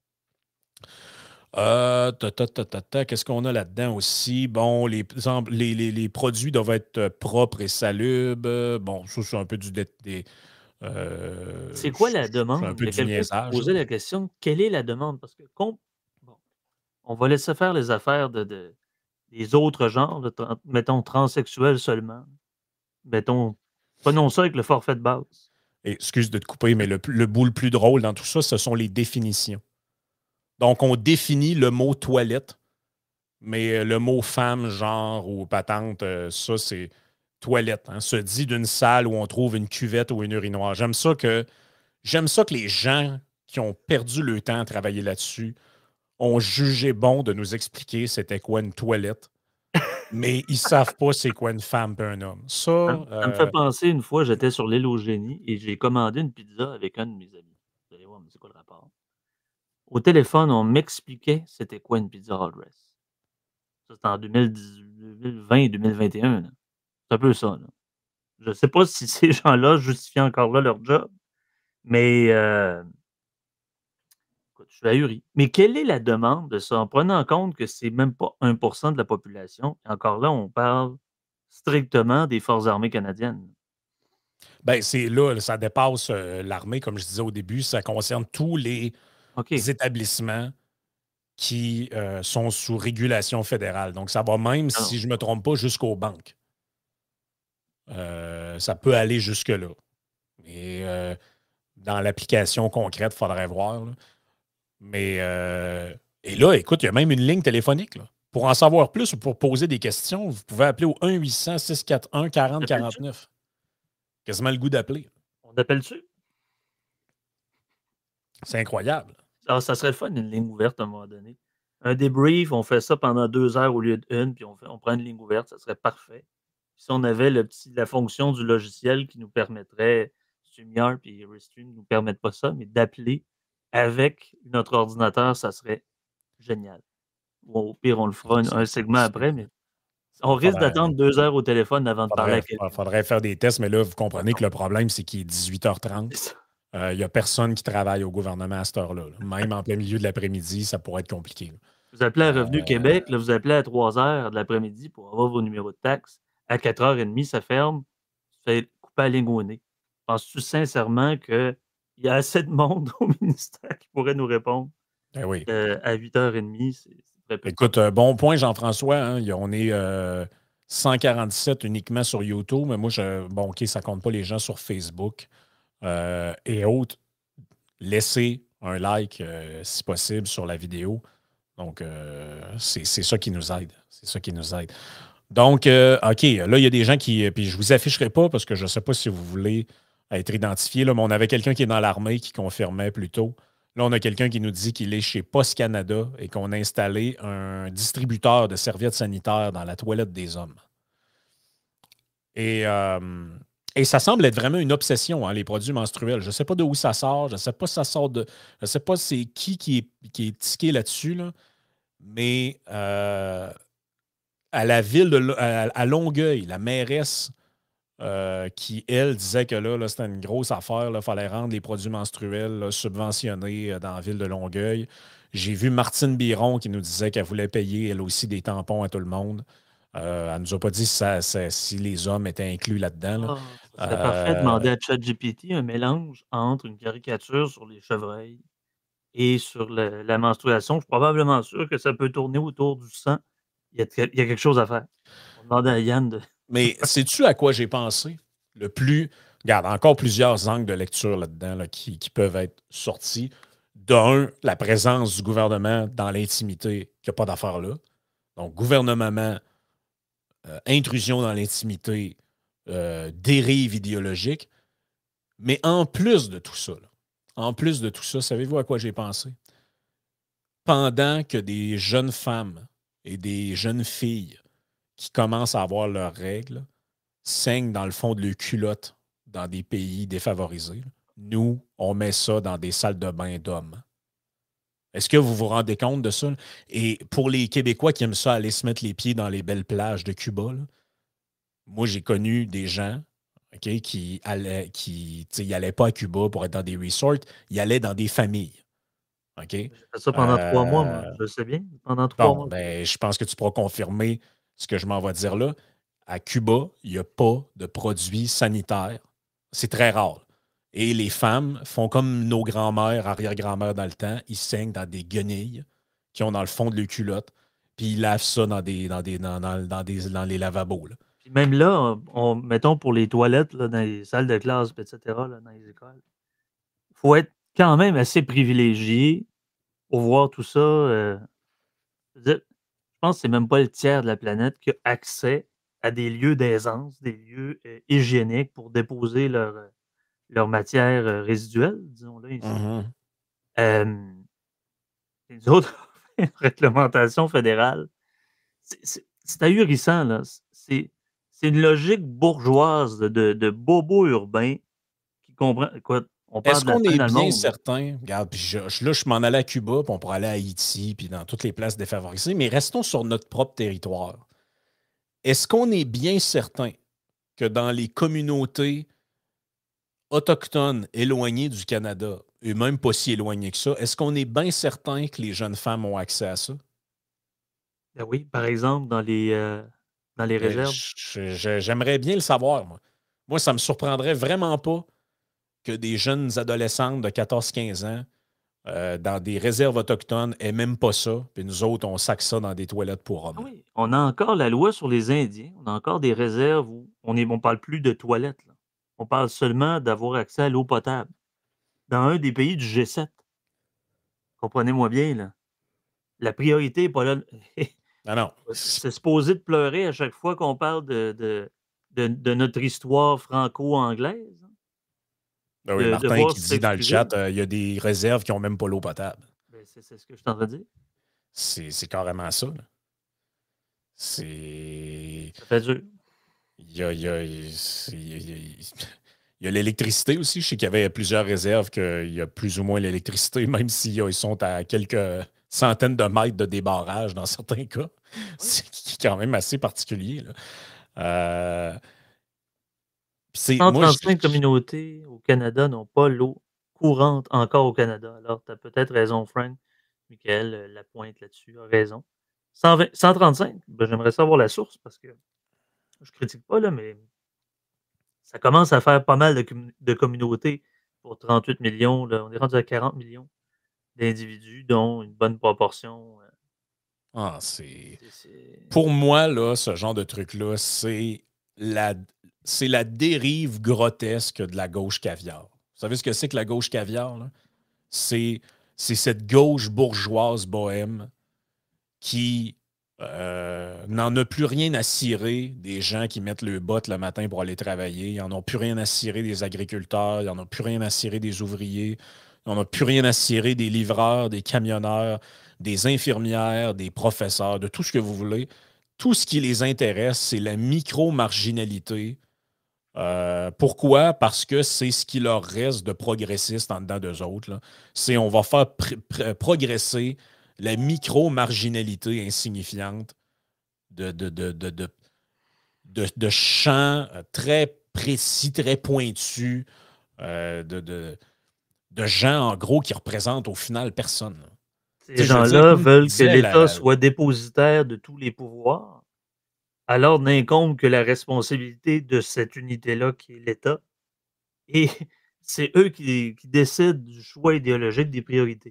S1: Euh, ta, ta, ta, ta, ta, Qu'est-ce qu'on a là-dedans aussi? Bon, les, les, les, les produits doivent être euh, propres et salubres. Bon, ça, c'est un peu du, dé- des, euh,
S2: c'est quoi la
S1: c'est un
S2: demande? Il
S1: peu
S2: y a
S1: du
S2: quelqu'un qui
S1: niaisage. là.
S2: posait la question: «Quelle est la demande?» parce que com bon, on va laisser faire les affaires de de des autres genres, de tran mettons transsexuels seulement. Mettons, prenons ça avec le forfait de base.
S1: Et excuse de te couper, mais le, le bout le plus drôle dans tout ça, ce sont les définitions. Donc, on définit le mot toilette, mais euh, le mot femme, genre ou patente, euh, ça, c'est toilette. Hein, se dit d'une salle où on trouve une cuvette ou une urinoir. J'aime ça que j'aime ça que les gens qui ont perdu le temps à travailler là-dessus ont jugé bon de nous expliquer c'était quoi une toilette. mais ils savent pas c'est quoi une femme et un homme. Ça,
S2: Ça ça me fait
S1: euh,
S2: penser, une fois, j'étais sur l'île au génie et j'ai commandé une pizza avec un de mes amis. Vous allez voir, mais c'est quoi le rapport? Au téléphone, on m'expliquait c'était quoi une pizza hot dress. Ça, c'était en deux mille dix deux mille vingt deux mille vingt et un, là. C'est un peu ça, là. Je sais pas si ces gens-là justifient encore là leur job, mais heu, écoute, je suis ahuri. Mais quelle est la demande de ça? En prenant en compte que c'est même pas un pour cent de la population, et encore là, on parle strictement des forces armées canadiennes.
S1: ben, c'est là, là, ça dépasse euh, l'armée, comme je disais au début, ça concerne tous les
S2: OK.
S1: établissements qui euh, sont sous régulation fédérale. Donc, ça va même,
S2: Ah non.
S1: si je ne me trompe pas, jusqu'aux banques. Euh, ça peut aller jusque-là. Mais euh, dans l'application concrète, il faudrait voir, là. Mais euh, et là, écoute, il y a même une ligne téléphonique, là. Pour en savoir plus ou pour poser des questions, vous pouvez appeler au un huit cents six quatre un
S2: On
S1: quarante
S2: appelle-tu?
S1: quarante-neuf. Quasiment le goût d'appeler.
S2: On appelle-tu?
S1: C'est incroyable.
S2: Ah, ça serait le fun, une ligne ouverte à un moment donné. Un débrief, on fait ça pendant deux heures au lieu d'une, puis on fait on prend une ligne ouverte, ça serait parfait. Si on avait le petit la fonction du logiciel qui nous permettrait StreamYard puis Restream nous permettent pas ça, mais d'appeler avec notre ordinateur, ça serait génial. Ou au pire, on le fera un
S1: C'est-
S2: un segment
S1: c'est-
S2: après, mais on risque
S1: Faudrait,
S2: d'attendre deux heures au téléphone avant de parler à
S1: faudrait,
S2: quelqu'un.
S1: faudrait faire des tests, mais là, vous
S2: Ah
S1: comprenez
S2: non,
S1: que le problème, c'est qu'il est dix-huit heures
S2: c'est
S1: trente.
S2: ça.
S1: Il n'y a personne qui travaille au gouvernement à cette heure-là, là. Même en plein milieu de l'après-midi, ça pourrait être compliqué,
S2: Vous appelez à
S1: là.
S2: Revenu
S1: Euh,
S2: Québec, là, vous appelez à trois heures de l'après-midi pour avoir vos numéros de taxes. À quatre heures trente, ça ferme. Tu te fais couper la ligne au nez. Penses-tu sincèrement qu'il y a assez de monde au ministère qui pourrait nous répondre,
S1: ben oui.
S2: heu, à huit heures trente? C'est c'est très peu.
S1: Écoute, euh, bon point, Jean-François, hein. Il y a- on est euh, cent quarante-sept uniquement sur YouTube, mais moi, je, bon, OK, ça compte pas les gens sur Facebook euh, et autres. Laissez un like, euh, si possible, sur la vidéo. Donc, euh, c'est c'est ça qui nous aide. C'est ça qui nous aide. Donc, euh, OK, là, il y a des gens qui. Puis je ne vous afficherai pas parce que je ne sais pas si vous voulez être identifié, là, mais on avait quelqu'un qui est dans l'armée qui confirmait plus tôt. Là, on a quelqu'un qui nous dit qu'il est chez Post Canada et qu'on a installé un distributeur de serviettes sanitaires dans la toilette des hommes. Et, euh, et ça semble être vraiment une obsession, hein, les produits menstruels. Je ne sais pas d'où ça sort, je ne sais pas si ça sort de. Je ne sais pas c'est qui qui est, qui est tiqué là-dessus, là, mais euh, à la ville de à, à Longueuil, la mairesse euh, qui, elle, disait que là, là c'était une grosse affaire. Il fallait rendre les produits menstruels là, subventionnés euh, dans la ville de Longueuil. J'ai vu Martine Biron qui nous disait qu'elle voulait payer, elle aussi, des tampons à tout le monde. Euh, elle ne nous a pas dit si, ça- ça- si les hommes étaient inclus là-dedans, là.
S2: Ah, ça serait parfait de
S1: Euh,
S2: demander à ChatGPT un mélange entre une caricature sur les chevreuils et sur le la menstruation. Je suis probablement sûr que ça peut tourner autour du sang. Il y a de il y a quelque chose à faire. On va demander à Yann de
S1: mais sais-tu à quoi j'ai pensé? Le plus. Regarde, encore plusieurs angles de lecture là-dedans là, qui, qui peuvent être sortis. D'un, la présence du gouvernement dans l'intimité, qu'il n'y a pas d'affaire là. Donc, gouvernement, euh, intrusion dans l'intimité, euh, dérive idéologique. Mais en plus de tout ça, là, en plus de tout ça, savez-vous à quoi j'ai pensé? Pendant que des jeunes femmes et des jeunes filles qui commencent à avoir leurs règles saignent dans le fond de leur culotte dans des pays défavorisés, nous, on met ça dans des salles de bain d'hommes. Est-ce que vous vous rendez compte de ça? Et pour les Québécois qui aiment ça aller se mettre les pieds dans les belles plages de Cuba, là, moi, j'ai connu des gens ok, qui allaient, qui, tu sais, ils allaient pas à Cuba pour être dans des resorts, ils allaient dans des familles. OK?
S2: j'ai fait ça pendant trois mois, moi,
S1: Euh,
S2: je le sais bien, pendant trois
S1: bon,
S2: mois.
S1: ben, je pense que tu pourras confirmer ce que je m'en vais dire là. À Cuba, il n'y a pas de produits sanitaires. C'est très rare. Et les femmes font comme nos grands-mères, arrière-grand-mères dans le temps, ils saignent dans des guenilles qui ont dans le fond de leur culotte, puis ils lavent ça dans, des, dans, des, dans, dans- dans des, dans les lavabos, là.
S2: Puis même là, on on mettons pour les toilettes là, dans les salles de classe, puis et cetera, là, dans les écoles, faut être quand même assez privilégié pour voir tout ça, heu, je veux dire, je pense que c'est même pas le tiers de la planète qui a accès à des lieux d'aisance, des lieux, heu, hygiéniques pour déposer leurs, heu, leurs matières, heu, résiduelles, disons-le ainsi.
S1: Mhm.
S2: Hem, et nous autres, réglementation fédérale, c'est c'est c'est ahurissant, là. C'est, c'est une logique bourgeoise de, de, de bobo urbain qui comprend. Écoute, on parle
S1: Est-ce
S2: de la
S1: qu'on
S2: fin
S1: est
S2: dans le
S1: bien
S2: monde, là.
S1: certain? Regarde, puis je- je- là, je m'en allais à Cuba, puis on pourrait aller à Haïti, puis dans toutes les places défavorisées, mais restons sur notre propre territoire. Est-ce qu'on est bien certain que dans les communautés autochtones éloignées du Canada, et même pas si éloignées que ça, est-ce qu'on est bien certain que les jeunes femmes ont accès à ça?
S2: Ben oui, par exemple, dans les, euh, dans les
S1: Ben,
S2: réserves.
S1: je- je- j'aimerais bien le savoir, moi. Moi, ça me surprendrait vraiment pas que des jeunes adolescentes de quatorze quinze ans euh, dans des réserves autochtones aient même pas ça, puis nous autres, on sac ça dans des toilettes pour
S2: Ah
S1: hommes.
S2: oui, on a encore la loi sur les Indiens. On a encore des réserves où on ne on parle plus de toilettes, là. On parle seulement d'avoir accès à l'eau potable. Dans un des pays du G sept. Comprenez-moi bien, là. La priorité n'est pas là.
S1: Non, non.
S2: C'est supposé de pleurer à chaque fois qu'on parle de, de, de, de notre histoire franco-anglaise, hein,
S1: Ben oui,
S2: de, de
S1: Martin
S2: voir
S1: qui dit dans le
S2: s'excuser.
S1: chat, euh, il y a des réserves qui n'ont même pas l'eau potable.
S2: Ben, c'est c'est ce que je t'en veux dire.
S1: C'est c'est carrément ça, là. C'est.
S2: Ça fait dur.
S1: Il y a, il y a- c'est- il y a- il y a l'électricité aussi. Je sais qu'il y avait plusieurs réserves qu'il y a plus ou moins l'électricité, même s'ils sont à quelques centaines de mètres de débarrage dans certains cas.
S2: Oui.
S1: C'est quand même assez particulier, là. Euh, puis c'est, moi, je-
S2: cent trente-cinq communautés au Canada n'ont pas l'eau courante encore au Canada. Alors, tu as peut-être raison, Frank. Michael euh, Lapointe là-dessus a raison. cent vingt cent trente-cinq, ben, j'aimerais savoir la source parce que je critique pas, là, mais ça commence à faire pas mal de, commu- de communautés pour trente-huit millions. Là. On est rendu à quarante millions d'individus, dont une bonne proportion. euh,
S1: ah, c'est.
S2: c'est- c'est-
S1: Pour moi, là, ce genre de truc-là, c'est la, c'est la dérive grotesque de la gauche caviar. Vous savez ce que c'est que la gauche caviar, là? C'est, c'est cette gauche bourgeoise bohème qui euh, n'en a plus rien à cirer des gens qui mettent le bottes le matin pour aller travailler. Ils n'en ont plus rien à cirer des agriculteurs. Ils n'en ont plus rien à cirer des ouvriers. Ils n'en ont plus rien à cirer des livreurs, des camionneurs, des infirmières, des professeurs, de tout ce que vous voulez. Tout ce qui les intéresse, c'est la micro-marginalité. Euh, pourquoi? Parce que c'est ce qui leur reste de progressiste en dedans d'eux autres, là. C'est on va faire pr- pr- progresser la micro-marginalité insignifiante de, de, de, de, de, de- de champs euh, très précis, très pointus, euh, de, de, de gens, en gros, qui représentent au final personne, là. Tu
S2: Ces
S1: sais, je veux dire,
S2: gens-là
S1: comme tu
S2: veulent que
S1: disais, la,
S2: l'État
S1: la-
S2: soit dépositaire de tous les pouvoirs, alors n'incombe que la responsabilité de cette unité-là qui est l'État. Et c'est eux qui, qui décident du choix idéologique des priorités.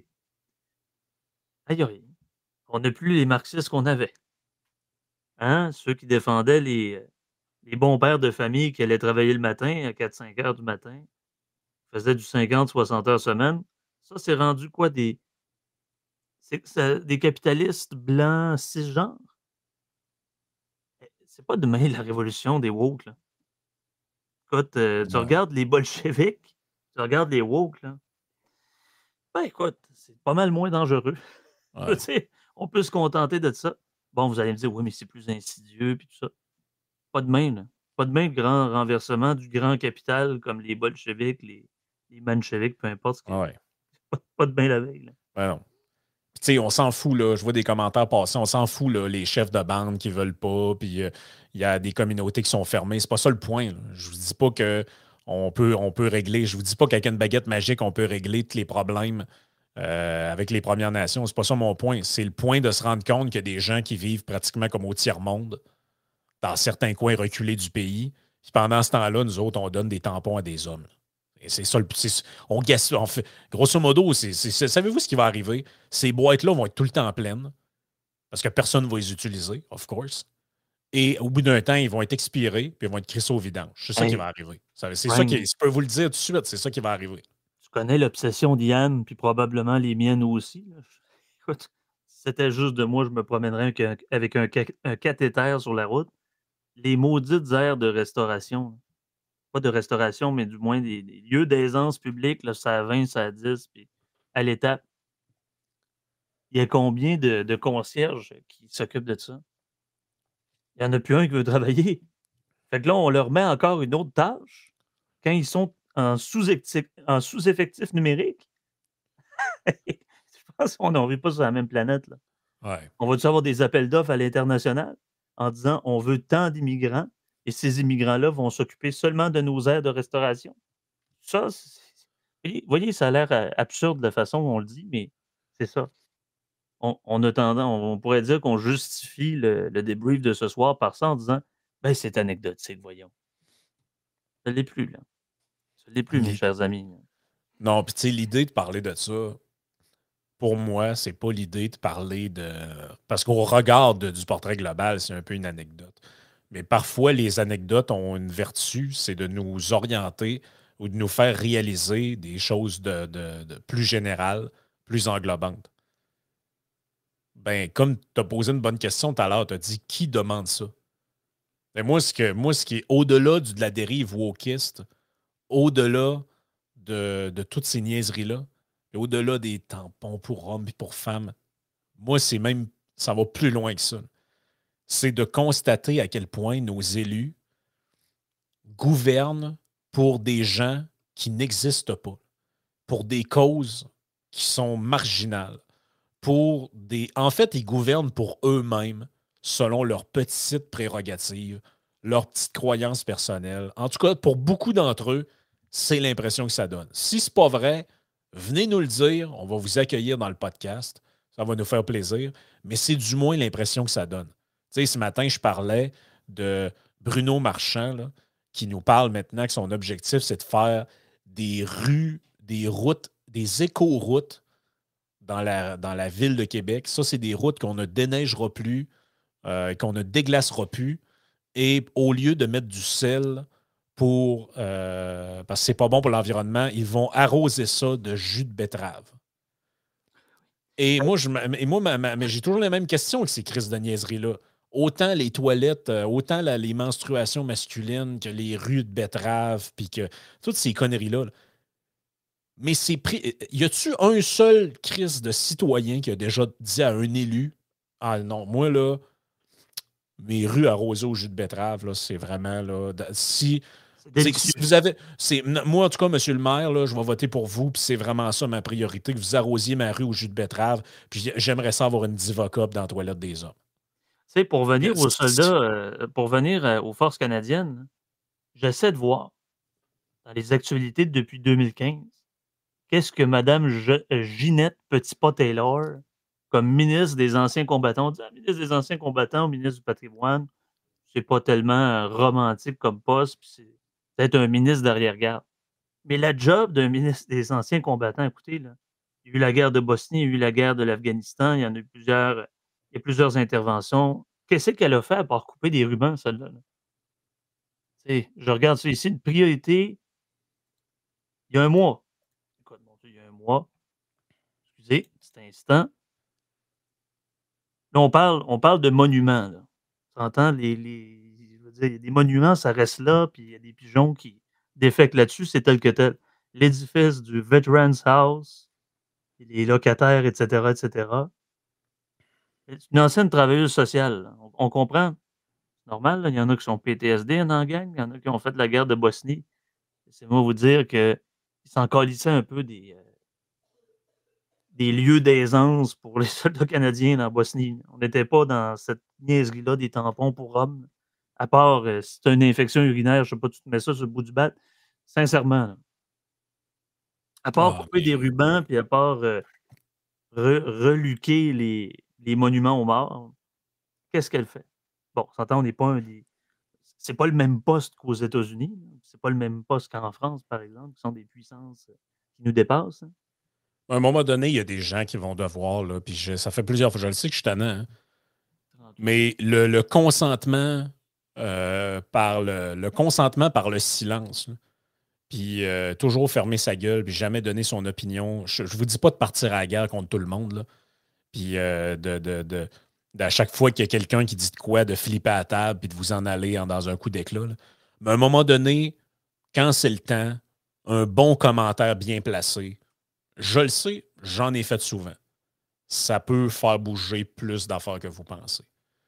S2: Aïe, aïe. On n'a plus les marxistes qu'on avait. Hein? Ceux qui défendaient les, les bons pères de famille qui allaient travailler le matin à quatre cinq heures du matin, faisaient du cinquante soixante heures semaine. Ça, c'est rendu quoi? Des, c'est, ça- des capitalistes blancs cisgenres? Eh, c'est pas demain la révolution des woke, là. Écoute, euh, tu
S1: non.
S2: regardes les bolcheviks, tu regardes les woke, là. Ben écoute, c'est pas mal moins dangereux. Tu
S1: Ouais.
S2: sais, on peut se contenter de ça. Bon, vous allez me dire, oui, mais c'est plus insidieux, puis tout ça. Pas de même, là. Pas de même grand renversement du grand capital comme les bolcheviks, les, les mencheviks, peu importe ce que.
S1: Ouais.
S2: Pas, pas de bain la veille, là.
S1: Ouais, non. Tu sais, on s'en fout, là. Je vois des commentaires passer, on s'en fout, là, les chefs de bande qui veulent pas, puis euh, il y a des communautés qui sont fermées. C'est pas ça le point, là. Je vous dis pas que on peut, on peut régler, je vous dis pas qu'avec une baguette magique, on peut régler tous les problèmes euh, avec les Premières Nations. C'est pas ça mon point. C'est le point de se rendre compte qu'il y a des gens qui vivent pratiquement comme au tiers-monde, dans certains coins reculés du pays. Puis pendant ce temps-là, nous autres, on donne des tampons à des hommes. Et c'est ça, le- c'est- on gaspille, on fait, grosso modo, c'est, c'est- c'est- savez-vous ce qui va arriver? Ces boîtes-là vont être tout le temps pleines parce que personne ne va les utiliser, of course. Et au bout d'un temps, ils vont être expirés puis ils vont être crissés au vidange. C'est ça qui
S2: Hey,
S1: va arriver. Ça- C'est ça qui,
S2: Frank,
S1: je peux vous le dire tout de suite, c'est ça qui va arriver.
S2: tu connais l'obsession d'Yann, puis probablement les miennes aussi, là. Écoute, si c'était juste de moi, je me promènerais avec un, avec un ca- un cathéter sur la route. Les maudites aires de restauration, là. Pas de restauration, mais du moins des, des lieux d'aisance publique, là, ça à vingt, ça à dix, puis à l'étape. Il y a combien de, de concierges qui s'occupent de ça? Il n'y en a plus un qui veut travailler. Fait que là, on leur met encore une autre tâche quand ils sont en sous-effectif, en sous-effectif numérique. Je pense qu'on ne vit pas sur la même planète. Là.
S1: Ouais.
S2: On va-tu avoir des appels d'offres à l'international en disant on veut tant d'immigrants et ces immigrants-là vont s'occuper seulement de nos aires de restauration? Ça, c'est- vous voyez, ça a l'air euh, absurde de la façon dont on le dit, mais c'est ça. On, on a tendance, on pourrait dire qu'on justifie le, le débrief de ce soir par ça en disant ben c'est anecdotique, voyons. Ça ne l'est plus, là. Ça ne l'est plus, mes
S1: L'i-
S2: chers amis.
S1: Non, puis tu sais, l'idée de parler de ça, pour moi, c'est pas l'idée de parler de. Parce qu'au regard de- du portrait global, c'est un peu une anecdote. Mais parfois, les anecdotes ont une vertu, c'est de nous orienter ou de nous faire réaliser des choses de, de- de plus générales, plus englobantes. Ben, comme tu as posé une bonne question tout à l'heure, tu as dit qui demande ça? Ben, moi, ce que, moi, ce qui est au-delà du- de la dérive wokiste, au-delà de, de toutes ces niaiseries-là, et au-delà des tampons pour hommes et pour femmes, moi, c'est même, ça va plus loin que ça. C'est de constater à quel point nos élus gouvernent pour des gens qui n'existent pas, pour des causes qui sont marginales, pour des. En fait, ils gouvernent pour eux-mêmes, selon leurs petites prérogatives, leurs petites croyances personnelles. En tout cas, pour beaucoup d'entre eux, c'est l'impression que ça donne. Si c'est pas vrai, venez nous le dire. On va vous accueillir dans le podcast. Ça va nous faire plaisir. Mais c'est du moins l'impression que ça donne. Tu sais, ce matin, je parlais de Bruno Marchand, là, qui nous parle maintenant que son objectif, c'est de faire des rues, des routes, des éco-routes dans la, dans la ville de Québec. Ça, c'est des routes qu'on ne déneigera plus, euh, qu'on ne déglacera plus. Et au lieu de mettre du sel pour euh, parce que c'est pas bon pour l'environnement, ils vont arroser ça de jus de betterave. Et moi, je, et moi ma, ma, mais j'ai toujours les mêmes questions avec ces crises de niaiseries-là. Autant les toilettes, euh, autant la, les menstruations masculines que les rues de betterave, puis que toutes ces conneries-là. Là. Mais c'est pris. Y a-tu un seul crise de citoyen qui a déjà dit à un élu ah non, moi là, mes rues arrosées au jus de betterave, là, c'est vraiment là. Si,
S2: C'est
S1: si
S2: délicieux.
S1: vous avez. C'est, moi, en tout cas, monsieur le maire, là, je vais voter pour vous, puis c'est vraiment ça ma priorité, que vous arrosiez ma rue au jus de betterave, puis j'aimerais ça avoir une Diva Cup dans la toilette des hommes.
S2: Tu sais, pour venir aux soldats, euh, pour venir euh, aux forces canadiennes, j'essaie de voir dans les actualités depuis deux mille quinze, qu'est-ce que Mme Je- euh, Ginette Petitpas-Taylor, comme ministre des anciens combattants, on dit ah, ministre des anciens combattants ou ministre du patrimoine, c'est pas tellement euh, romantique comme poste, puis c'est peut-être un ministre d'arrière-garde. Mais la job d'un ministre des anciens combattants, écoutez, là, il y a eu la guerre de Bosnie, il y a eu la guerre de l'Afghanistan, il y en a eu plusieurs, il y a plusieurs interventions. Qu'est-ce qu'elle a fait à part couper des rubans, celle-là? Là? Tu sais, je regarde ça ici, une priorité, il y a un mois. Écoute, mon Dieu, il y a un mois. Excusez, petit instant. Là, on parle, on parle de monuments. Là. Tu entends, les, les, je veux dire, il y a des monuments, ça reste là, puis il y a des pigeons qui défèquent là-dessus, c'est tel que tel. L'édifice du Veterans House, les locataires, et cetera, et cetera. C'est une ancienne travailleuse sociale. Là. On, on comprend. C'est normal. Là. Il y en a qui sont P T S D en gang, il y en a qui ont fait la guerre de Bosnie. C'est moi vous dire qu'ils s'en calissaient un peu des, euh, des lieux d'aisance pour les soldats canadiens en Bosnie. On n'était pas dans cette niaiserie-là des tampons pour hommes. À part euh, si tu as une infection urinaire, je ne sais pas, tu te mets ça sur le bout du bat. Sincèrement, là. À part
S1: Ah,
S2: couper des
S1: mais
S2: rubans, puis à part euh, re- reluquer les, les monuments aux morts, qu'est-ce qu'elle fait? Bon, on s'entend, on n'est pas un des. C'est pas le même poste qu'aux États-Unis. C'est pas le même poste qu'en France, par exemple, qui sont des puissances euh, qui nous dépassent. Hein.
S1: à un moment donné, il y a des gens qui vont devoir, là, puis je- ça fait plusieurs fois, je le sais que je suis tannant, hein,
S2: trente-huit.
S1: mais le, le consentement euh, par le, le consentement par le silence, là, puis euh, toujours fermer sa gueule, puis jamais donner son opinion. Je, je vous dis pas de partir à la guerre contre tout le monde, là, puis euh, de, de, de, d'à chaque fois qu'il y a quelqu'un qui dit de quoi, de flipper à table, puis de vous en aller en- dans un coup d'éclat. Là. Mais à un moment donné, quand c'est le temps, un bon commentaire bien placé, je le sais, j'en ai fait souvent. Ça peut faire bouger plus d'affaires que vous pensez. Tu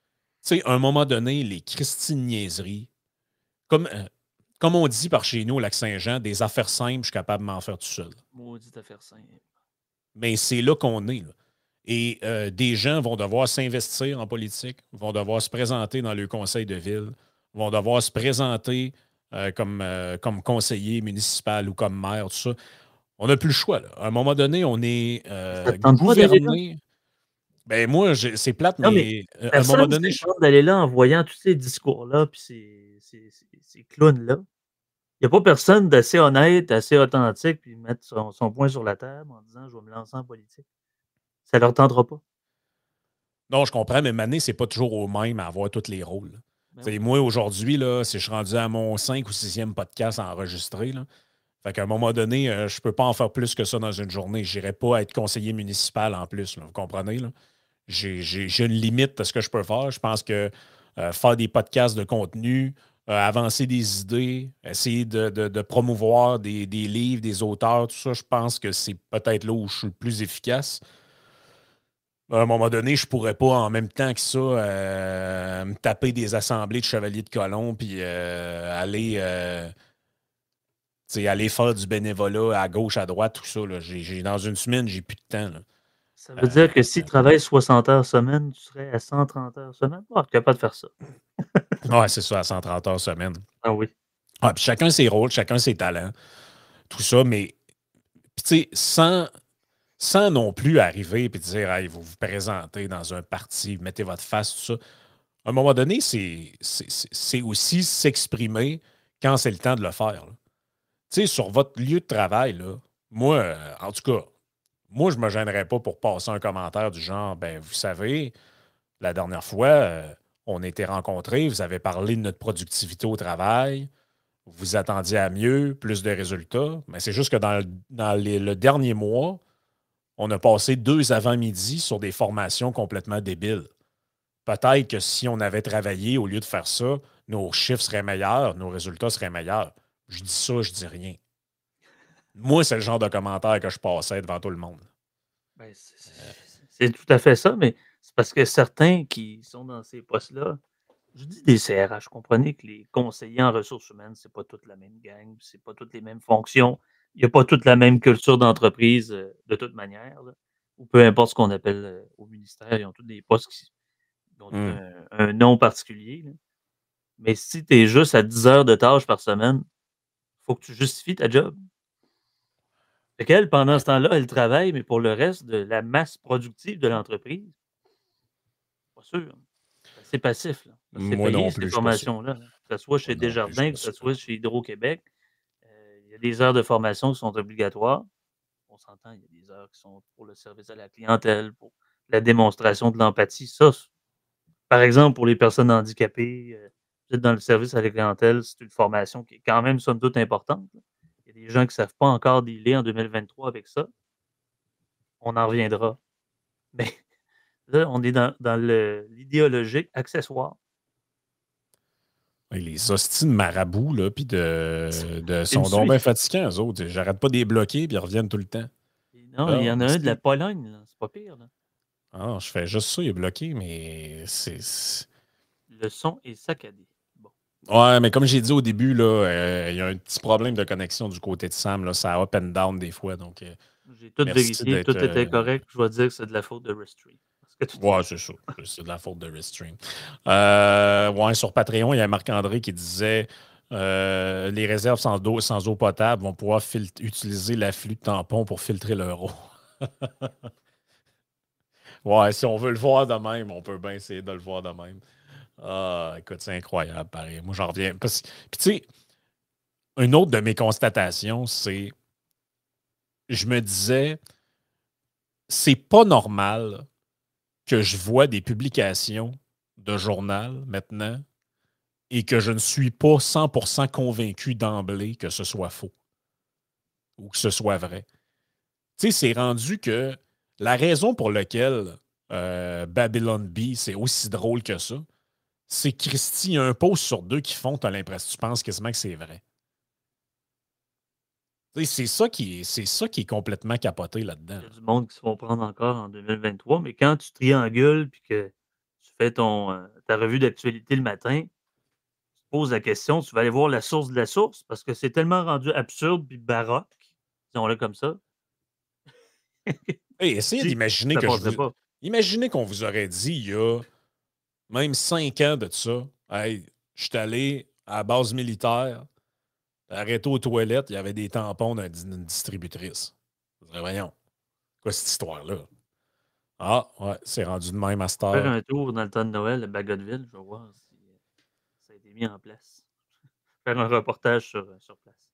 S1: Tu sais, à un moment donné, les Christine niaiseries, comme, euh, comme on dit par chez nous au Lac-Saint-Jean, des affaires simples, je suis capable de m'en faire tout seul.
S2: Maudite affaire simple.
S1: Mais c'est là qu'on est. Là. Et euh, des gens vont devoir s'investir en politique, vont devoir se présenter dans le conseil de ville, vont devoir se présenter euh, comme, euh, comme conseiller municipal ou comme maire, tout ça. On n'a plus le choix. Là. À un moment donné, on est
S2: Ça
S1: euh,
S2: te tente pas d'aller là?
S1: gouverné. Ben moi, j'ai- c'est plate,
S2: Non, mais
S1: mais euh, à un moment
S2: personne
S1: donné,
S2: ne
S1: je-
S2: tente d'aller là en voyant tous ces discours-là, puis ces, ces, ces, ces clowns-là. Il n'y a pas personne d'assez honnête, assez authentique, puis mettre son, son point sur la table en disant je vais me lancer en politique. Ça leur tentera pas.
S1: non, je comprends, mais Mané, c'est pas toujours au même à avoir tous les rôles. Là.
S2: Ben
S1: Tu sais,
S2: oui.
S1: moi, aujourd'hui, là, si je suis rendu à mon cinq ou sixième podcast enregistré, là, fait qu'à un moment donné, euh, je peux pas en faire plus que ça dans une journée. Je n'irai pas être conseiller municipal en plus. Là, vous comprenez? Là? J'ai, j'ai- j'ai une limite de ce que je peux faire. Je pense que euh, faire des podcasts de contenu, euh, avancer des idées, essayer de, de- de promouvoir des, des livres, des auteurs, tout ça, je pense que c'est peut-être là où je suis le plus efficace. À un moment donné, je pourrais pas en même temps que ça euh, me taper des assemblées de chevaliers de colons puis euh, aller, euh, tu sais, aller faire du bénévolat à gauche, à droite, tout ça. Là. J'ai, j'ai- dans une semaine, j'ai plus de temps. Là.
S2: Ça veut
S1: Euh,
S2: dire que si tu travailles soixante heures semaine, tu serais à cent trente heures semaine? Ah, tu es capable de faire ça.
S1: ouais, c'est ça, à cent trente heures semaine.
S2: Ah oui.
S1: Ah, puis chacun ses rôles, chacun ses talents, tout ça, mais puis tu sais, sans, sans non plus arriver et dire, hey, vous vous présentez dans un parti, vous mettez votre face, tout ça. À un moment donné, c'est c'est- c'est- c'est aussi s'exprimer quand c'est le temps de le faire. là. Tu sais, sur votre lieu de travail, là, moi, euh, en tout cas, moi, je ne me gênerais pas pour passer un commentaire du genre, ben, vous savez, la dernière fois, euh, on a été rencontrés, vous avez parlé de notre productivité au travail, vous attendiez à mieux, plus de résultats, mais c'est juste que dans, le, dans les- le dernier mois, on a passé deux avant-midi sur des formations complètement débiles. Peut-être que si on avait travaillé au lieu de faire ça, nos chiffres seraient meilleurs, nos résultats seraient meilleurs. Je dis ça, je dis rien. Moi, c'est le genre de commentaire que je passais devant tout le monde.
S2: Ben, c'est c'est- c'est tout à fait ça, mais c'est parce que certains qui sont dans ces postes-là, je dis des C R H, comprenez que les conseillers en ressources humaines, c'est pas toute la même gang, c'est pas toutes les mêmes fonctions, il n'y a pas toute la même culture d'entreprise euh, de toute manière, là, ou peu importe ce qu'on appelle euh, au ministère, ils ont tous des postes qui qui ont tous
S1: Hmm.
S2: un, un nom particulier. Là. Mais si tu es juste à dix heures de tâches par semaine, il faut que tu justifies ta job. Fait qu'elle, pendant
S1: Ouais.
S2: ce temps-là, elle travaille, mais pour le reste de la masse productive de l'entreprise, pas sûr. C'est assez passif, là. Parce que c'est
S1: Moi
S2: payé,
S1: non
S2: ces
S1: plus, je suis pas sûr.
S2: formations-là. Là. Que ce soit
S1: Moi
S2: chez
S1: non plus, je suis
S2: Desjardins,
S1: pas
S2: que ce
S1: sûr.
S2: soit chez Hydro-Québec, euh, il y a des heures de formation qui sont obligatoires. On s'entend, il y a des heures qui sont pour le service à la clientèle, pour la démonstration de l'empathie. Ça, c- par exemple, pour les personnes handicapées, euh, vous êtes dans le service à la clientèle, c'est une formation qui est quand même, somme toute, importante. Là. Il y a des gens qui ne savent pas encore dealer en deux mille vingt-trois avec ça. On en reviendra. Mais là, on est dans, dans le- l'idéologique accessoire.
S1: Et les hosties de marabouts, là, puis de, de
S2: Tu me
S1: sont donc bien
S2: suis?
S1: fatigants, eux autres. J'arrête pas de les bloquer, puis ils reviennent tout le temps.
S2: Non, il y
S1: Ah,
S2: en a un de la
S1: hostie.
S2: Pologne, là. C'est pas pire, là.
S1: Ah, je fais juste ça, il est bloqué, mais c'est. c'est-
S2: Le son est saccadé. Bon.
S1: Ouais, mais comme j'ai dit au début, là, euh, il y a un petit problème de connexion du côté de Sam, là, ça up and down des fois, donc euh,
S2: J'ai tout
S1: merci
S2: vérifié,
S1: d'être.
S2: tout était
S1: euh,
S2: correct. Je vais dire que c'est de la faute de Restream. Parce que tout
S1: Ouais, c'est ça. C'est de la faute de Restream. Euh, ouais, sur Patreon, il y a Marc-André qui disait euh, les réserves sans eau, sans eau potable vont pouvoir fil- utiliser l'afflux de tampons pour filtrer leur eau. Ouais, si on veut le voir de même, on peut bien essayer de le voir de même. Ah, écoute, c'est incroyable, pareil. Moi, j'en reviens. Parce- Puis, tu sais, une autre de mes constatations, c'est je me disais, c'est pas normal que je vois des publications de journal maintenant et que je ne suis pas cent pour cent convaincu d'emblée que ce soit faux ou que ce soit vrai. Tu sais, c'est rendu que la raison pour laquelle euh, Babylon Bee, c'est aussi drôle que ça, c'est que Christy, il y a un post sur deux qui font, t'as l'impression, tu penses quasiment que c'est vrai. Tu sais, C'est ça, qui est, c'est ça qui est complètement capoté là-dedans.
S2: Il y a
S1: là.
S2: du monde qui se font prendre encore en deux mille vingt-trois, mais quand tu triangules puis que tu fais ton, euh, ta revue d'actualité le matin, tu te poses la question, tu vas aller voir la source de la source parce que c'est tellement rendu absurde puis baroque, disons-le comme ça.
S1: Hey, essayez
S2: Dis,
S1: d'imaginer
S2: ça
S1: que je
S2: passerait
S1: vous.
S2: pas.
S1: Imaginez qu'on vous aurait dit il y a même cinq ans de ça. Hey, je suis allé à la base militaire, arrêté aux toilettes, il y avait des tampons d'un- d'une distributrice. Je dirais, voyons, quoi cette histoire-là? Ah, ouais, c'est rendu de même à cette
S2: Faire
S1: heure.
S2: un tour dans le temps de Noël à Bagotville, je vais voir si euh, ça a été mis en place. Faire un reportage sur, euh, sur place.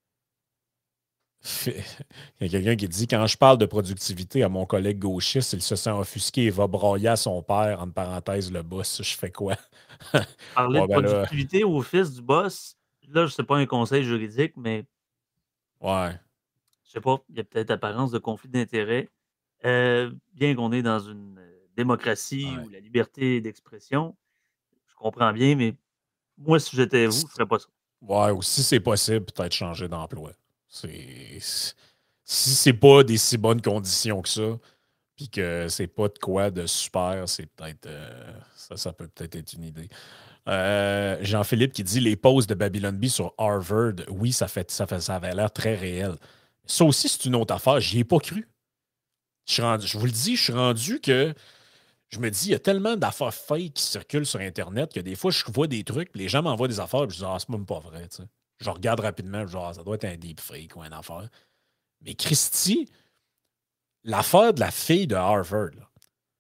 S1: Fait- Il y a quelqu'un qui dit quand je parle de productivité à mon collègue gauchiste, il se sent offusqué et va broyer à son père, entre parenthèses, le boss. Je fais quoi?
S2: Parler
S1: Ouais,
S2: de
S1: ben là,
S2: productivité au fils du boss, là, je sais pas un conseil juridique, mais
S1: ouais.
S2: je sais pas, il y a peut-être apparence de conflit d'intérêts. Euh, bien qu'on est dans une euh, démocratie
S1: Ouais.
S2: où la liberté d'expression, je comprends bien, mais moi, si j'étais vous, je ferais pas ça.
S1: Ouais, ou si c'est possible, peut-être changer d'emploi. C'est. Si c'est pas des si bonnes conditions que ça, puis que c'est pas de quoi de super, c'est peut-être. euh, ça, ça peut peut-être être une idée. Euh, Jean-Philippe qui dit les pauses de Babylon Bee sur Harvard, oui, ça, fait, ça, fait, ça avait l'air très réel. Ça aussi, c'est une autre affaire. J'y ai pas cru. Je, suis rendu- je vous le dis, je suis rendu que je me dis, il y a tellement d'affaires fake qui circulent sur Internet que des fois, je vois des trucs, puis les gens m'envoient des affaires, puis je dis, ah, c'est même pas vrai. Tu sais. Je regarde rapidement, genre, ah, ça doit être un deepfake ou une affaire. Mais Christy, l'affaire de la fille de Harvard, là,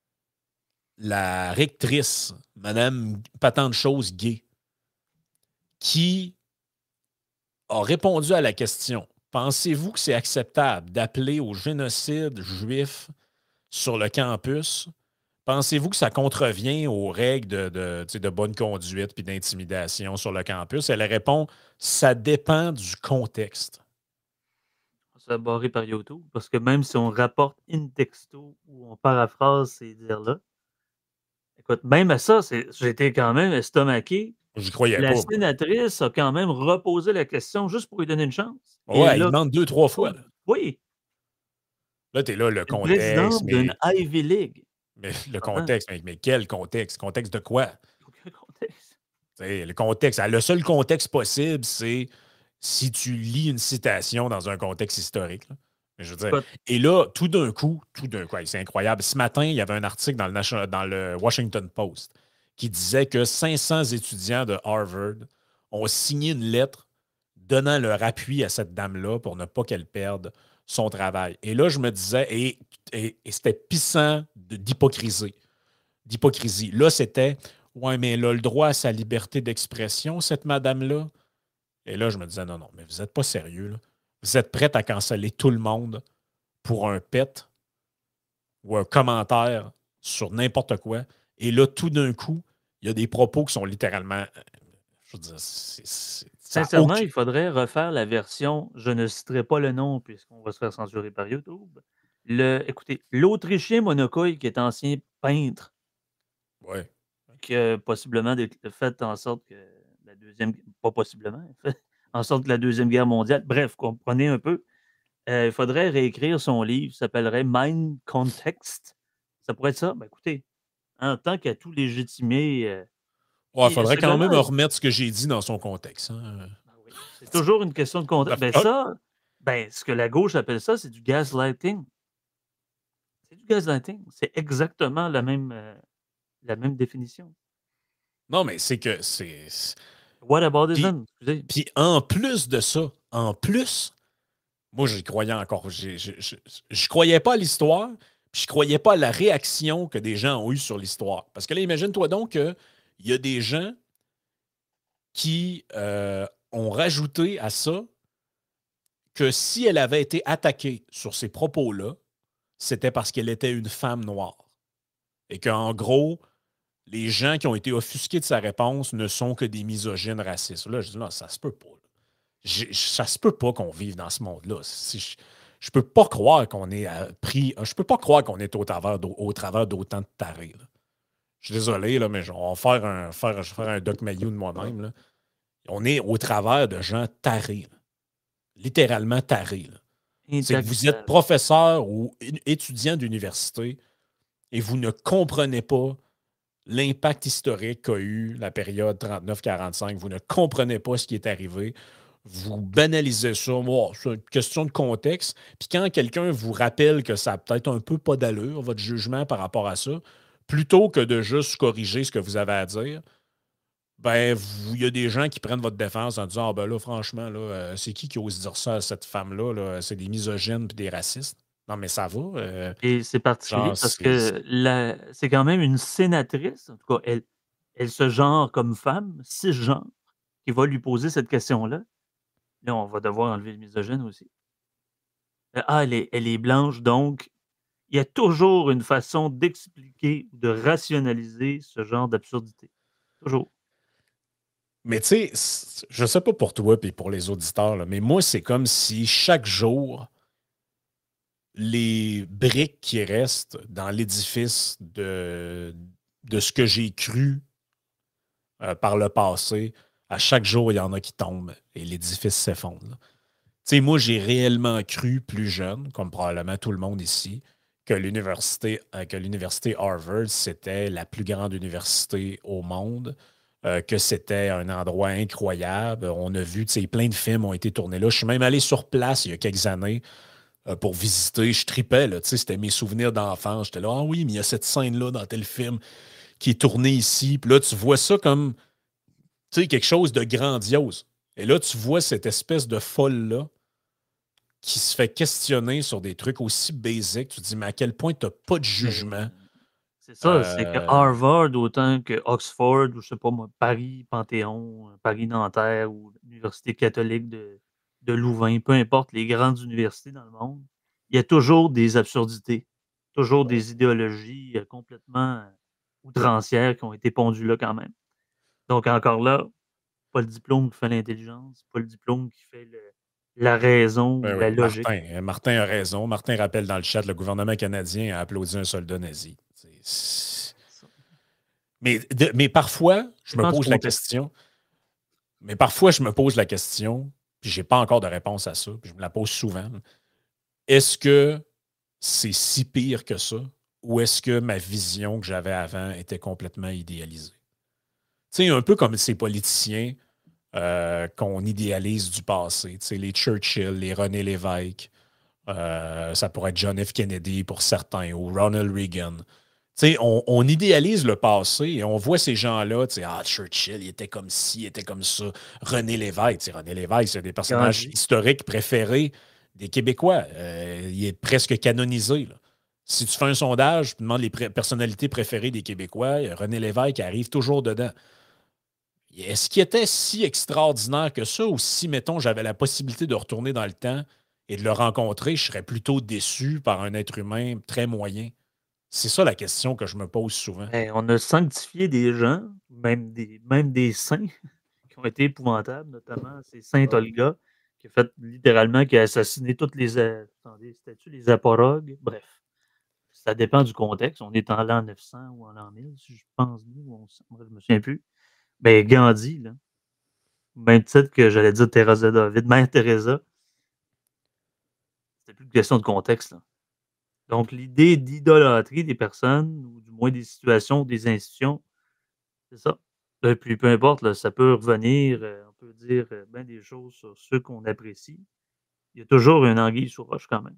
S1: la rectrice, Madame pas tant de choses gay, qui a répondu à la question, pensez-vous que c'est acceptable d'appeler au génocide juif sur le campus? Pensez-vous que ça contrevient aux règles de, de, tu sais, de bonne conduite puis d'intimidation sur le campus? Elle répond, ça dépend du contexte.
S2: Ça va barrer par YouTube, parce que même si on rapporte in texto ou on paraphrase ces dires-là, écoute, même à ça, c'est- j'ai été quand même estomaqué.
S1: J'y croyais
S2: La
S1: pas. Moi.
S2: sénatrice a quand même reposé la question juste pour lui donner une chance. Et
S1: Ouais,
S2: elle
S1: il
S2: l'a
S1: demande deux, trois
S2: pas.
S1: fois. Là,
S2: Oui,
S1: là tu es là, le
S2: une
S1: contexte,
S2: présidente d'une
S1: mais,
S2: Ivy League.
S1: mais le
S2: T'entends?
S1: contexte, mais, mais quel contexte? Contexte de quoi?
S2: Aucun contexte.
S1: Tu sais, le contexte, le seul contexte possible, c'est si tu lis une citation dans un contexte historique. Là. Mais je veux dire,
S2: Écoute,
S1: et là, tout d'un coup, tout d'un coup, hey, c'est incroyable. Ce matin, il y avait un article dans le, Nation- dans le Washington Post qui disait que cinq cents étudiants de Harvard ont signé une lettre donnant leur appui à cette dame-là pour ne pas qu'elle perde son travail. Et là, je me disais, et, et- et c'était pissant de- d'hypocrisie. D'hypocrisie. Là, c'était, ouais, mais elle a le droit à sa liberté d'expression, cette madame-là. Et là, je me disais, non, non, mais vous n'êtes pas sérieux, là. Vous êtes prête à canceller tout le monde pour un pet ou un commentaire sur n'importe quoi. Et là, tout d'un coup, il y a des propos qui sont littéralement. euh, Je veux dire, c'est- c'est- ça n'a
S2: sincèrement,
S1: aucun.
S2: il faudrait refaire la version, je ne citerai pas le nom puisqu'on va se faire censurer par YouTube. Le, écoutez, l'Autrichien Monocoy, qui est ancien peintre,
S1: Ouais.
S2: qui a possiblement dé- fait en sorte que la deuxième, pas possiblement, fait en sorte que la deuxième guerre mondiale, bref, comprenez un peu, euh, il faudrait réécrire son livre, ça s'appellerait Mind Context. Ça pourrait être ça. Ben, écoutez, en tant qu'à tout légitimer, euh,
S1: Ouais, il
S2: puis
S1: faudrait
S2: ce
S1: quand
S2: gars-là,
S1: même remettre ce que j'ai dit dans son contexte. Hein.
S2: ben oui, c'est toujours une question de
S1: The
S2: contexte. Ben
S1: fuck?
S2: ça, ben, ce que la gauche appelle ça, c'est du gaslighting. C'est du gaslighting. C'est exactement la même, euh, la même définition.
S1: Non, mais c'est que c'est.
S2: What
S1: Puis,
S2: Whataboutism, excusez.
S1: puis en plus de ça, en plus, moi, j'y croyais encore. J'ai- j'ai- Je je croyais pas à l'histoire, puis je croyais pas à la réaction que des gens ont eue sur l'histoire. Parce que là, imagine-toi donc qu'il y a des gens qui euh, ont rajouté à ça que si elle avait été attaquée sur ces propos-là, c'était parce qu'elle était une femme noire. Et qu'en gros, les gens qui ont été offusqués de sa réponse ne sont que des misogynes racistes. Là, je dis, non, ça se peut pas. Là. J'ai- Ça se peut pas qu'on vive dans ce monde-là. Si je, je peux pas croire qu'on est euh, pris. Je peux pas croire qu'on est au travers, d'au- au travers d'autant de tarés. Là. Je suis désolé, là, mais je- on va faire un, faire, je vais faire un Doc Mayou de moi-même. Là. On est au travers de gens tarés. Là. Littéralement tarés. Là. C'est que vous êtes
S2: Intactable.
S1: professeur ou é- étudiant d'université et vous ne comprenez pas l'impact historique qu'a eu la période trente-neuf quarante-cinq. Vous ne comprenez pas ce qui est arrivé. Vous banalisez ça. Bon, c'est une question de contexte. Puis quand quelqu'un vous rappelle que ça a peut-être un peu pas d'allure, votre jugement par rapport à ça, plutôt que de juste corriger ce que vous avez à dire, ben, vous- il y a des gens qui prennent votre défense en disant: Ah ben là, franchement, là, euh, c'est qui qui ose dire ça à cette femme-là? Là? C'est des misogynes et des racistes. Non, mais ça va. euh,
S2: Et c'est particulier
S1: genre,
S2: parce
S1: c'est.
S2: que la c'est quand même une sénatrice, en tout cas, elle elle se genre comme femme, cisgenre, qui va lui poser cette question-là. Là, on va devoir enlever le misogyne aussi. Heu, ah, elle est elle est blanche, donc il y a toujours une façon d'expliquer ou de rationaliser ce genre d'absurdité. Toujours.
S1: Mais tu sais, c- je sais pas pour toi et pour les auditeurs, là, mais moi, c'est comme si chaque jour, les briques qui restent dans l'édifice de, de ce que j'ai cru euh, par le passé, à chaque jour, il y en a qui tombent et l'édifice s'effondre. là. Tu sais, moi, j'ai réellement cru plus jeune, comme probablement tout le monde ici, que l'université, euh, que l'université Harvard, c'était la plus grande université au monde, euh, que c'était un endroit incroyable. On a vu, tu sais, plein de films ont été tournés là. Je suis même allé sur place il y a quelques années euh, pour visiter. Je tripais, là, tu sais, c'était mes souvenirs d'enfance. J'étais là, ah oui, mais il y a cette scène-là dans tel film qui est tournée ici. Puis là, tu vois ça comme, tu sais, quelque chose de grandiose. Et là, tu vois cette espèce de folle-là qui se fait questionner sur des trucs aussi basiques. Tu te dis, mais à quel point tu n'as pas de
S2: Mais
S1: jugement?
S2: c'est ça, c'est que
S1: Euh,
S2: Harvard, autant que Oxford ou je sais pas moi, Paris, Panthéon, Paris-Nanterre ou l'université catholique de de Louvain, peu importe les grandes universités dans le monde, il y a toujours des absurdités, toujours des idéologies, heu, complètement, heu, outrancières qui ont été pondues là quand même. Donc encore là, pas le diplôme qui fait l'intelligence, pas le diplôme qui fait le la raison
S1: ben
S2: ou
S1: oui,
S2: la logique.
S1: Martin. euh, Martin a raison. Martin rappelle dans le chat, le gouvernement canadien a applaudi un soldat nazi. C'est- c'est-
S2: Ça
S1: Mais, de- mais parfois, je me
S2: dépend du
S1: pose la
S2: contexte.
S1: question, mais parfois, je me pose la question, puis j'ai pas encore de réponse à ça, puis je me la pose souvent. Est-ce que c'est si pire que ça, ou est-ce que ma vision que j'avais avant était complètement idéalisée? Tu sais, un peu comme ces politiciens euh, qu'on idéalise du passé. Tu sais, les Churchill, les René Lévesque, euh, ça pourrait être John F. Kennedy pour certains, ou Ronald Reagan. Tu sais, on, on idéalise le passé et on voit ces gens-là, tu sais, ah, Churchill, il était comme ci, il était comme ça. René Lévesque, tu sais, René Lévesque, c'est un des personnages
S2: Gandhi.
S1: historiques préférés des Québécois. Euh, il est presque canonisé, là. Si tu fais un sondage, tu demandes les pré- personnalités préférées des Québécois, René Lévesque arrive toujours dedans. Est-ce qu'il était si extraordinaire que ça, ou si, mettons, j'avais la possibilité de retourner dans le temps et de le rencontrer, je serais plutôt déçu par un être humain très moyen? C'est ça la question que je me pose souvent.
S2: Ben, on a sanctifié des gens, même des même des saints qui ont été épouvantables, notamment c'est sainte
S1: Ouais.
S2: Olga, qui a fait littéralement qui a assassiné toutes les a attendez, c'était-tu les aporogues? Bref, ça dépend du contexte. On est en l'an neuf cents ou en l'an mille, si je pense bien, ou on s moi je me souviens plus. Ben, Gandhi, là, au même titre que j'allais dire Thérèse de David, Mère Teresa, c'était plus une question de contexte, là. Donc l'idée d'idolâtrer des personnes ou du moins des situations, des institutions. C'est ça. Et puis peu importe, là, ça peut revenir, heu, on peut dire, heu, bien des choses sur ceux qu'on apprécie. Il y a toujours une anguille sous roche quand même.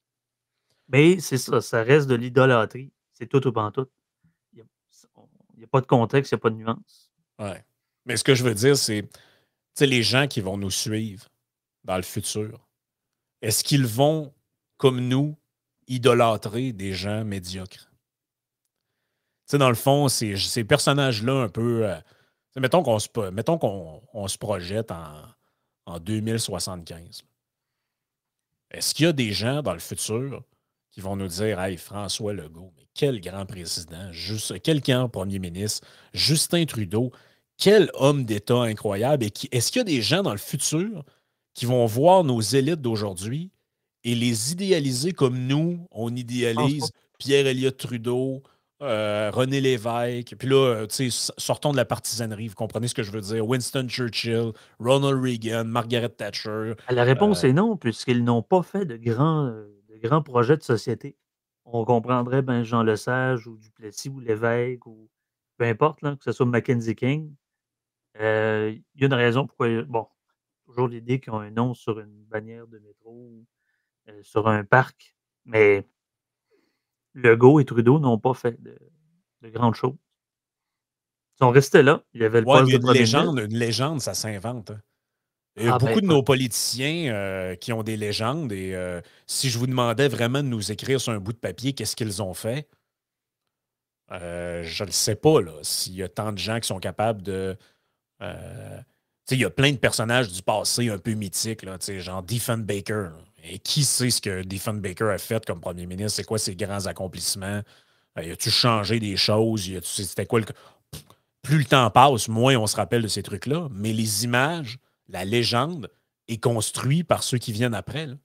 S2: Mais c'est ça, ça reste de l'idolâtrie. C'est tout ou pantoute. Il y a s on il y a pas de contexte, il y a pas de nuance.
S1: Ouais. Mais ce que je veux dire, c'est, tu sais, les gens qui vont nous suivre dans le futur, est-ce qu'ils vont, comme nous, idolâtrer des gens médiocres? Tu sais, dans le fond, c'est ces personnages-là un peu. euh, tu sais, mettons qu'on se, po- mettons qu'on on se projette en, en deux mille soixante-quinze. Est-ce qu'il y a des gens dans le futur qui vont nous dire: Hey, François Legault, mais quel grand président, juste, quel grand premier ministre, Justin Trudeau, quel homme d'État incroyable. Et qui, est-ce qu'il y a des gens dans le futur qui vont voir nos élites d'aujourd'hui et les idéaliser comme nous, on
S2: Je pense pas.
S1: idéalise Pierre-Éliott Trudeau, euh, René Lévesque, puis là, euh, tu sais, sortons de la partisanerie, vous comprenez ce que je veux dire? Winston Churchill, Ronald Reagan, Margaret Thatcher.
S2: Ah, la réponse
S1: euh,
S2: est non, puisqu'ils n'ont pas fait de grands, heu, de grands projets de société. On comprendrait, ben, Jean Lesage ou Duplessis ou Lévesque ou peu importe, là, que ce soit Mackenzie King, euh, il y a une raison pourquoi. Bon, toujours l'idée qu'ils ont un nom sur une bannière de métro ou euh, sur un parc, mais Legault et Trudeau n'ont pas fait de, de grandes choses. Ils sont restés là. Il y avait le
S1: Ouais,
S2: poste
S1: mais
S2: de
S1: une
S2: premier ministre.
S1: légende, une légende, ça s'invente, hein. Il y a
S2: Ah ben
S1: beaucoup de nos
S2: écoute,
S1: politiciens euh, qui ont des légendes et euh, si je vous demandais vraiment de nous écrire sur un bout de papier qu'est-ce qu'ils ont fait, euh, je ne sais pas là, s'il y a tant de gens qui sont capables de. euh, tu sais, il y a plein de personnages du passé un peu mythiques, là, tu sais, genre Diefenbaker. Là. Et qui sait ce que Diefenbaker a fait comme premier ministre? C'est quoi ses grands accomplissements? Euh, y a-tu changé des choses? Y a-tu- C'était quoi le. Plus le temps passe, moins on se rappelle de ces trucs-là. Mais les images, la légende est construite par ceux qui viennent après. Là.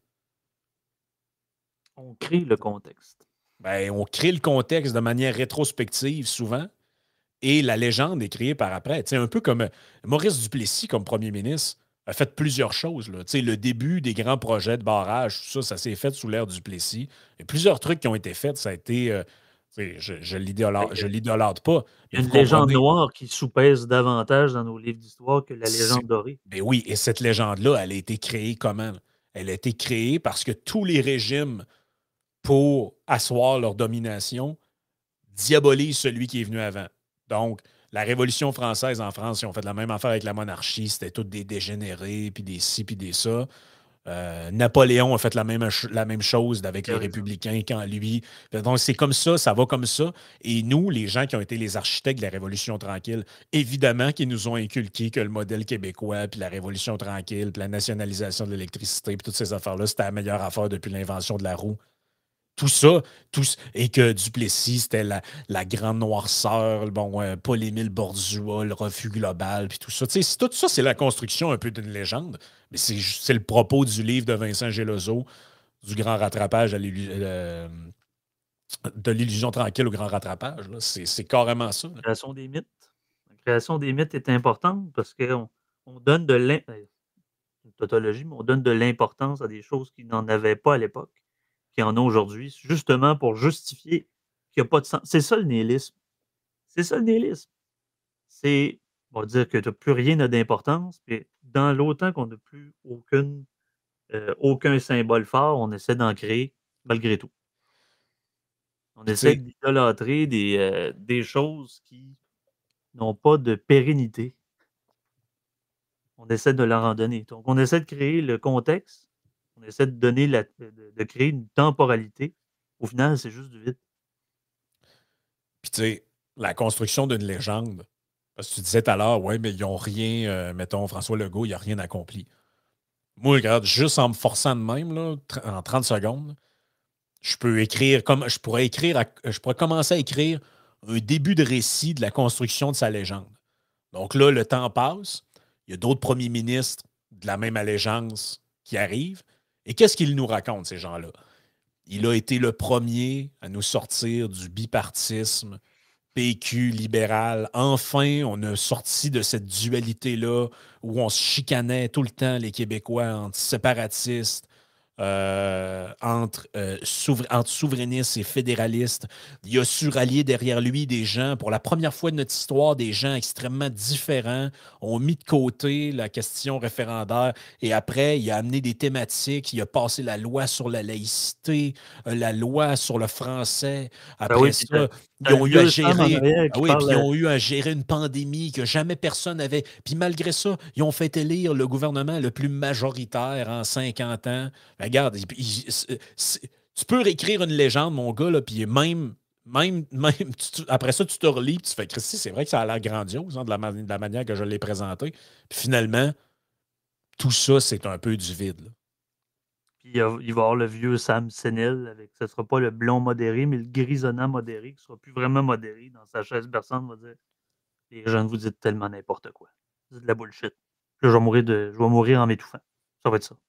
S2: on crée le contexte.
S1: Ben, on crée le contexte de manière rétrospective souvent et la légende est créée par après. Tu sais, un peu comme euh, Maurice Duplessis comme premier ministre a fait plusieurs choses. Là. Tu sais, le début des grands projets de barrage, tout ça, ça s'est fait sous l'ère Duplessis. Il y a plusieurs trucs qui ont été faits. Ça a été. euh, tu sais, je je
S2: Ben,
S1: l'idolâtre
S2: Il y,
S1: je
S2: a,
S1: l'idolâtre pas,
S2: il
S1: mais
S2: y a
S1: vous
S2: une légende
S1: comprenez.
S2: noire qui soupèse davantage dans nos livres d'histoire que la
S1: C'est-
S2: légende dorée.
S1: Ben oui, et cette légende-là, elle a été créée comment? Là? Elle a été créée parce que tous les régimes, pour asseoir leur domination, diabolisent celui qui est venu avant. Donc, la Révolution française en France, ils ont fait la même affaire avec la monarchie, c'était tous des dégénérés, puis des ci, puis des ça. Euh, Napoléon a fait la même, la même chose avec
S2: Tu as
S1: les
S2: raison.
S1: républicains quand lui. Donc, c'est comme ça, ça va comme ça. Et nous, les gens qui ont été les architectes de la Révolution tranquille, évidemment qu'ils nous ont inculqué que le modèle québécois, puis la Révolution tranquille, puis la nationalisation de l'électricité, puis toutes ces affaires-là, c'était la meilleure affaire depuis l'invention de la roue. Tout ça, tout, et que Duplessis, c'était la, la grande noirceur, bon, euh, Paul-Émile Bordua, le refus global, puis tout ça. Tu sais, tout ça, c'est la construction un peu d'une légende, mais c'est c'est le propos du livre de Vincent Gelozo, du grand rattrapage à l'illu- euh, de l'illusion tranquille au grand rattrapage. là. C'est c'est carrément ça.
S2: La
S1: là.
S2: création des mythes. La création des mythes est importante parce qu'on on donne de l'im- euh, une tautologie, mais on donne de l'importance à des choses qui n'en avaient pas à l'époque, qui en ont aujourd'hui, justement pour justifier qu'il n'y a pas de sens. C'est ça le nihilisme. C'est ça le nihilisme. C'est, on va dire que t'as plus rien n'a d'importance, puis dans l'autant qu'on n'a plus aucune, euh, aucun symbole fort, on essaie d'en créer malgré tout. On
S1: Puis tu
S2: essaie
S1: sais,
S2: d'idolâtrer des, euh, des choses qui n'ont pas de pérennité. On essaie de leur en donner. Donc, on essaie de créer le contexte, on essaie de donner la, de, de créer une temporalité. Au final, c'est juste du vide.
S1: puis tu sais, la construction d'une légende, parce que tu disais tout à l'heure, ouais, mais ils n'ont rien, euh, mettons, François Legault, il n'a rien accompli. Moi, regarde, juste en me forçant de même, là, en trente secondes, je peux écrire comme je pourrais écrire, à- je pourrais commencer à écrire un début de récit de la construction de sa légende. Donc là, le temps passe, il y a d'autres premiers ministres de la même allégeance qui arrivent. Et qu'est-ce qu'ils nous racontent, ces gens-là? Il a été le premier à nous sortir du bipartisme, P Q libéral. Enfin, on a sorti de cette dualité-là où on se chicanait tout le temps, les Québécois, entre séparatistes, euh, entre, euh, souver- entre souverainistes et fédéralistes. Il a su rallier derrière lui des gens, pour la première fois de notre histoire, des gens extrêmement différents, ont mis de côté la question référendaire et après, il a amené des thématiques, il a passé la loi sur la laïcité, euh, la loi sur le français.
S2: Ben oui,
S1: Après
S2: puis t'as,
S1: ça, ils
S2: t'as une
S1: ont eu à
S2: vieille femme en
S1: gérer.
S2: arrière
S1: Ah
S2: qui
S1: oui, puis
S2: parle.
S1: ils
S2: euh,
S1: ont eu à gérer une pandémie que jamais personne n'avait. Puis malgré ça, ils ont fait élire le gouvernement le plus majoritaire en cinquante ans. Regarde, il- il- c'est- c'est- tu peux réécrire une légende, mon gars, là, puis même, même, même tu- tu- après ça, tu te relis, puis tu fais, Christy, c'est vrai que ça a l'air grandiose hein, de, la, ma- de la manière que je l'ai présenté. Puis finalement, tout ça, c'est un peu du vide. là.
S2: Puis il, y a- il va y avoir le vieux Sam Sénil avec, ce ne sera pas le blond modéré, mais le grisonnant modéré, qui ne sera plus vraiment modéré dans sa chaise berçante, va dire les jeunes, vous dites tellement n'importe quoi. C'est de la bullshit. Puis là, je vais mourir de. Je vais mourir en m'étouffant. Ça va être ça.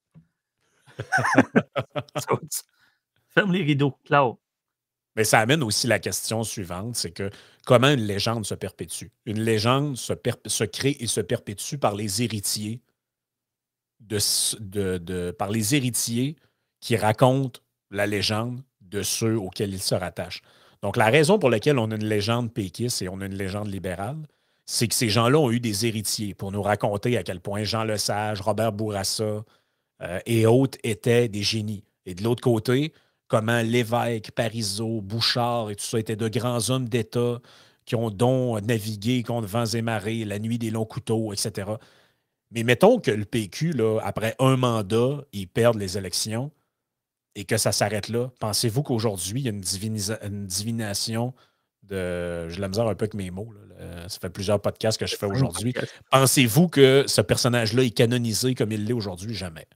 S2: Ça va être ça. Ferme les rideaux, Clau.
S1: Mais ça amène aussi la question suivante, c'est que comment une légende se perpétue? Une légende se, per- se crée et se perpétue par les héritiers de, de- de- par les héritiers qui racontent la légende de ceux auxquels ils se rattachent. Donc, la raison pour laquelle on a une légende péquiste et on a une légende libérale, c'est que ces gens-là ont eu des héritiers pour nous raconter à quel point Jean Lesage, Robert Bourassa euh, et autres étaient des génies. Et de l'autre côté, comment Lévesque, Parizeau, Bouchard et tout ça étaient de grands hommes d'État qui ont donc navigué contre vents et marées, la nuit des longs couteaux, et cetera. Mais mettons que le P Q, là, après un mandat, ils perdent les élections et que ça s'arrête là. Pensez-vous qu'aujourd'hui, il y a une, divinisa- une divination de. J'ai de la misère un peu avec mes mots. Là. Ça fait plusieurs podcasts que je fais aujourd'hui. Pensez-vous que ce personnage-là est canonisé comme il l'est aujourd'hui? Jamais.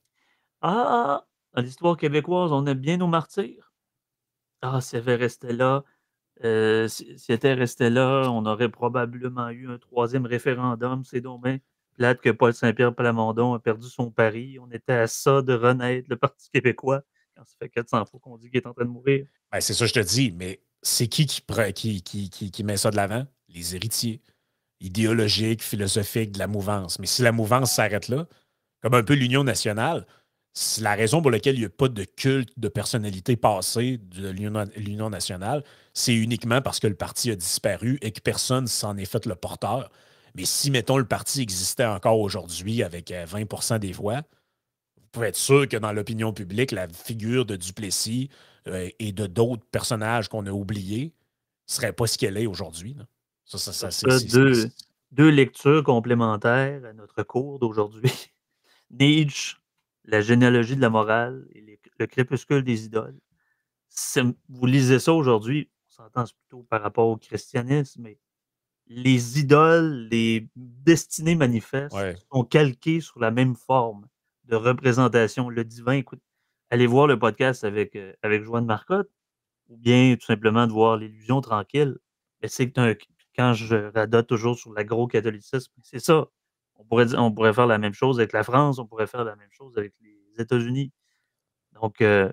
S2: Ah! Dans l'histoire québécoise, on aime bien nos martyrs. Ah, s'il avait resté là, euh, si- s'il était resté là, on aurait probablement eu un troisième référendum. C'est donc bien plate que Paul Saint-Pierre Plamondon a perdu son pari. On était à ça de renaître, le Parti québécois, quand ça fait quatre cents fois qu'on dit qu'il est en train de mourir.
S1: Ben, c'est ça que je te dis, mais c'est qui qui, pre- qui, qui, qui, qui met ça de l'avant? Les héritiers idéologiques, philosophiques de la mouvance. Mais si la mouvance s'arrête là, comme un peu l'Union nationale, c'est la raison pour laquelle il n'y a pas de culte de personnalité passée de l'Union l'Union nationale, c'est uniquement parce que le parti a disparu et que personne s'en est fait le porteur. Mais si, mettons, le parti existait encore aujourd'hui avec euh, vingt pour cent des voix, vous pouvez être sûr que dans l'opinion publique, la figure de Duplessis euh, et de d'autres personnages qu'on a oubliés ne serait pas ce qu'elle est aujourd'hui. là. Ça, ça, ça,
S2: Ça
S1: c'est,
S2: fera
S1: c'est- c'est-
S2: deux, deux lectures complémentaires à notre cours d'aujourd'hui. Nietzsche, la généalogie de la morale et les- le crépuscule des idoles. C'est- Vous lisez ça aujourd'hui, on s'entend c'est plutôt par rapport au christianisme, mais les idoles, les destinées manifestes
S1: Ouais.
S2: sont calquées sur la même forme de représentation. Le divin, écoute, allez voir le podcast avec, euh, avec Joanne Marcotte, ou bien tout simplement de voir l'illusion tranquille. Mais c'est que un- quand je radote toujours sur l'agro-catholicisme, c'est ça. On pourrait, dire- on pourrait faire la même chose avec la France, on pourrait faire la même chose avec les États-Unis. Donc, euh,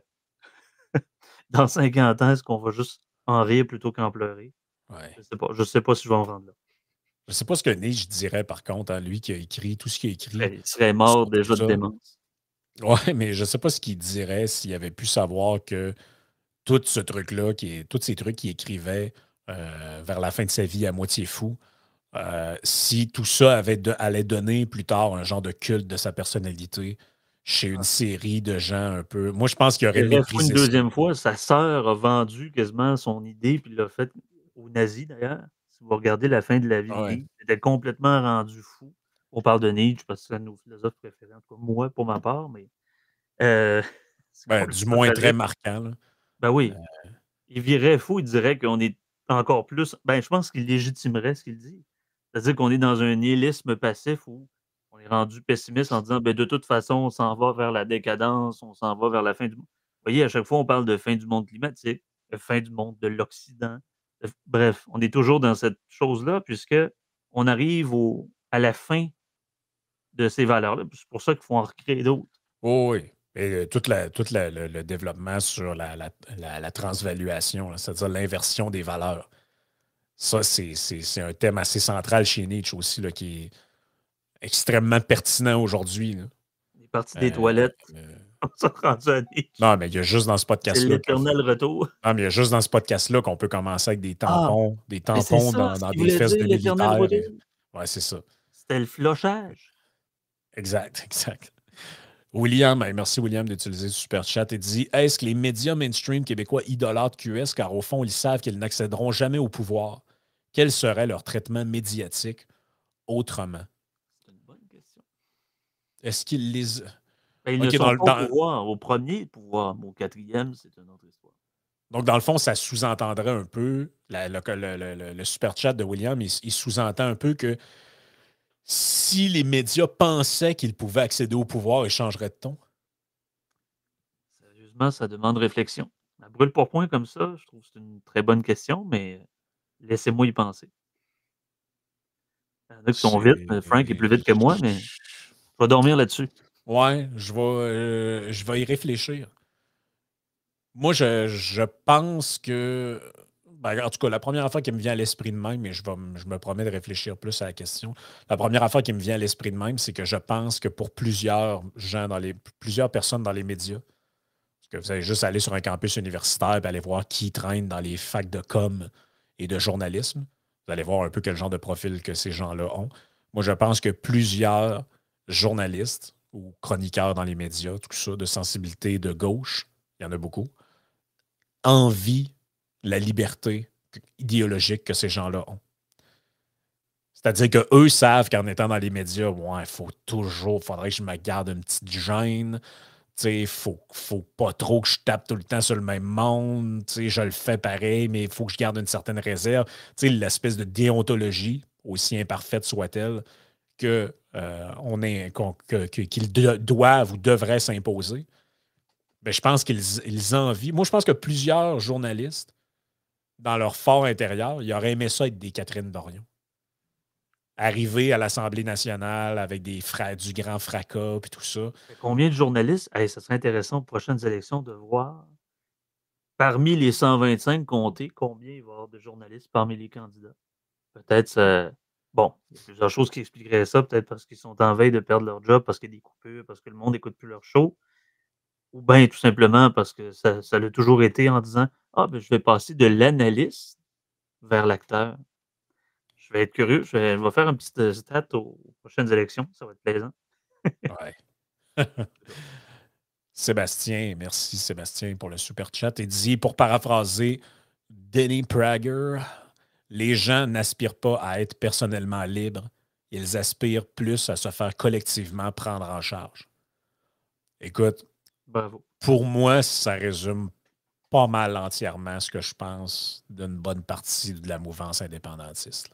S2: dans cinquante ans, est-ce qu'on va juste en rire plutôt qu'en pleurer?
S1: Ouais.
S2: Je sais pas. Je sais pas si je vais en rendre là.
S1: Je ne sais pas ce que Nietzsche dirait, par contre, hein, lui qui a écrit tout ce qu'il a
S2: Il
S1: écrit
S2: serait, il serait mort
S1: sur tout
S2: déjà de
S1: ça.
S2: démence.
S1: Ouais, mais je ne sais pas ce qu'il dirait s'il avait pu savoir que tout ce truc-là, qui est, tous ces trucs qu'il écrivait euh, vers la fin de sa vie à moitié fou, euh, si tout ça avait de- allait donner plus tard un genre de culte de sa personnalité chez une
S2: Ah.
S1: série de gens un peu. Moi, je pense qu'il aurait
S2: Il aurait fou une
S1: méprisé ça.
S2: deuxième fois. Sa sœur a vendu quasiment son idée, puis l'a fait aux nazis d'ailleurs. Si vous regardez la fin de la vie de
S1: Ouais.
S2: Nietzsche, il était complètement rendu fou. On parle de Nietzsche parce que c'est un de nos philosophes préférés, en tout cas moi pour ma part, mais euh, c'est
S1: Ben, du
S2: complètement
S1: moins très
S2: tragique.
S1: marquant. Là.
S2: Ben
S1: Euh,
S2: oui, il virait fou, il dirait qu'on est encore plus. Ben, je pense qu'il légitimerait ce qu'il dit. C'est-à-dire qu'on est dans un nihilisme passif où on est rendu pessimiste en disant ben, de toute façon, on s'en va vers la décadence, on s'en va vers la fin du monde. Vous voyez, à chaque fois, on parle de fin du monde climatique, de fin du monde de l'Occident. de- Bref, on est toujours dans cette chose-là, puisque on arrive au, à la fin de ces valeurs-là. C'est pour ça qu'il faut en recréer d'autres.
S1: oh oui. Et euh, tout, la- tout la- le, le développement sur la, la- la- la transvaluation, là, c'est-à-dire l'inversion des valeurs. Ça, c'est c'est- c'est un thème assez central chez Nietzsche aussi, là, qui est extrêmement pertinent aujourd'hui. là.
S2: On est parti des
S1: Euh,
S2: toilettes,
S1: euh,
S2: on s'est rendu à Nietzsche.
S1: non, mais il y a juste dans ce
S2: C'est
S1: podcast-là que-
S2: l'éternel retour.
S1: non, mais il y a juste dans ce podcast-là qu'on peut commencer avec des
S2: Ah!
S1: tampons, des
S2: Mais c'est
S1: tampons
S2: ça,
S1: dans,
S2: ce
S1: dans
S2: qu'il
S1: des
S2: voulait
S1: fesses
S2: dire,
S1: de
S2: l'éternel
S1: militaires.
S2: retour.
S1: et- Ouais, c'est ça.
S2: C'était le flochage.
S1: Exact, exact. William, hey, merci William d'utiliser ce super chat et dit est-ce que les médias mainstream québécois idolâtrent Q S car au fond ils savent qu'ils n'accéderont jamais au pouvoir? Quel serait leur traitement médiatique autrement?
S2: C'est une bonne question.
S1: Est-ce qu'ils les.
S2: Ben, ils ne
S1: OK,
S2: sont
S1: dans, le-
S2: pas au
S1: dans-
S2: pouvoir. Au premier pouvoir, mais au quatrième, c'est une autre histoire.
S1: donc dans le fond, ça sous-entendrait un peu, la- le, le- le- le- le super chat de William, il, il sous-entend un peu que si les médias pensaient qu'ils pouvaient accéder au pouvoir, ils changeraient de ton.
S2: Sérieusement, ça demande réflexion. À brûle pour point comme ça, je trouve que c'est une très bonne question, mais laissez-moi y penser. Il y en a qui sont vite.
S1: C'est.
S2: Frank est plus vite que moi, mais je vais dormir là-dessus.
S1: Ouais, je vais, euh, je vais y réfléchir. Moi, je, je pense que. Ben, en tout cas, la première affaire qui me vient à l'esprit de même, et je, vais, m- je me promets de réfléchir plus à la question. La première affaire qui me vient à l'esprit de même, c'est que je pense que pour plusieurs gens dans les plusieurs personnes dans les médias, Que vous allez juste aller sur un campus universitaire et aller voir qui traîne dans les facs de com et de journalisme. Vous allez voir un peu quel genre de profil que ces gens-là ont. Moi, je pense que plusieurs journalistes ou chroniqueurs dans les médias, tout ça, de sensibilité de gauche, il y en a beaucoup, envient la liberté idéologique que ces gens-là ont. C'est-à-dire qu'eux savent qu'en étant dans les médias, il faut toujours, il faudrait que je me garde une petite gêne. Il ne faut, faut pas trop que je tape tout le temps sur le même monde. T'sais, je le fais pareil, mais il faut que je garde une certaine réserve. T'sais, l'espèce de déontologie, aussi imparfaite soit-elle, que, euh, on est, qu'on, que, que, qu'ils de, doivent ou devraient s'imposer. Ben, je pense qu'ils ils envient. Moi, je pense que plusieurs journalistes, dans leur fort intérieur, ils auraient aimé ça être des Catherine Dorion. Arriver à l'Assemblée nationale avec des fra- du grand fracas et tout ça.
S2: Combien de journalistes? Hey, ça serait intéressant aux prochaines élections de voir, parmi les cent vingt-cinq comtés, combien il va y avoir de journalistes parmi les candidats. Peut-être, ça... bon, il y a plusieurs choses qui expliqueraient ça. Peut-être parce qu'ils sont en veille de perdre leur job, parce qu'il y a des coupures, parce que le monde n'écoute plus leur show. Ou bien tout simplement parce que ça, ça l'a toujours été en disant Ah, ben, je vais passer de l'analyste vers l'acteur. Je vais être curieux. Je vais, je vais faire un petit euh, stat aux, aux prochaines élections. Ça va être plaisant.
S1: Ouais. Sébastien, merci Sébastien pour le super chat. Il dit, pour paraphraser Denny Prager, les gens n'aspirent pas à être personnellement libres, ils aspirent plus à se faire collectivement prendre en charge. Écoute,
S2: Bravo.
S1: pour moi, ça résume pas mal entièrement ce que je pense d'une bonne partie de la mouvance indépendantiste.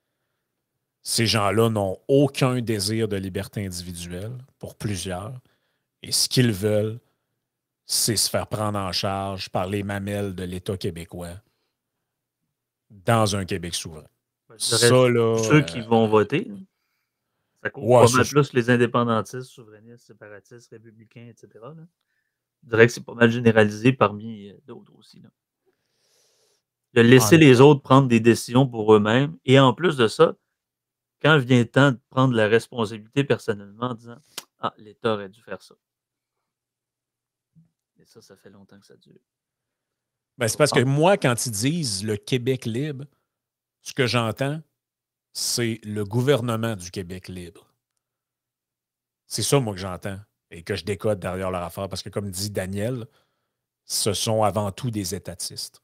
S1: Ces gens-là n'ont aucun désir de liberté individuelle, pour plusieurs, et ce qu'ils veulent, c'est se faire prendre en charge par les mamelles de l'État québécois dans un Québec souverain.
S2: Ben, je dirais
S1: Ça, là.
S2: ceux qui
S1: euh,
S2: vont voter, hein. Ça couvre
S1: ouais,
S2: pas
S1: ça,
S2: mal plus les indépendantistes, souverainistes, séparatistes, républicains, et cetera là. Je dirais que c'est pas mal généralisé parmi euh, d'autres aussi, là. De laisser
S1: en
S2: les
S1: effet.
S2: autres prendre des décisions pour eux-mêmes. Et en plus de ça, quand vient le temps de prendre la responsabilité personnellement en disant Ah, l'État aurait dû faire ça. Et ça, ça fait longtemps que ça dure.
S1: Ben, c'est parce que moi, quand ils disent le Québec libre, ce que j'entends, c'est le gouvernement du Québec libre. C'est ça, moi, que j'entends et que je décode derrière leur affaire. Parce que, comme dit Daniel, ce sont avant tout des étatistes.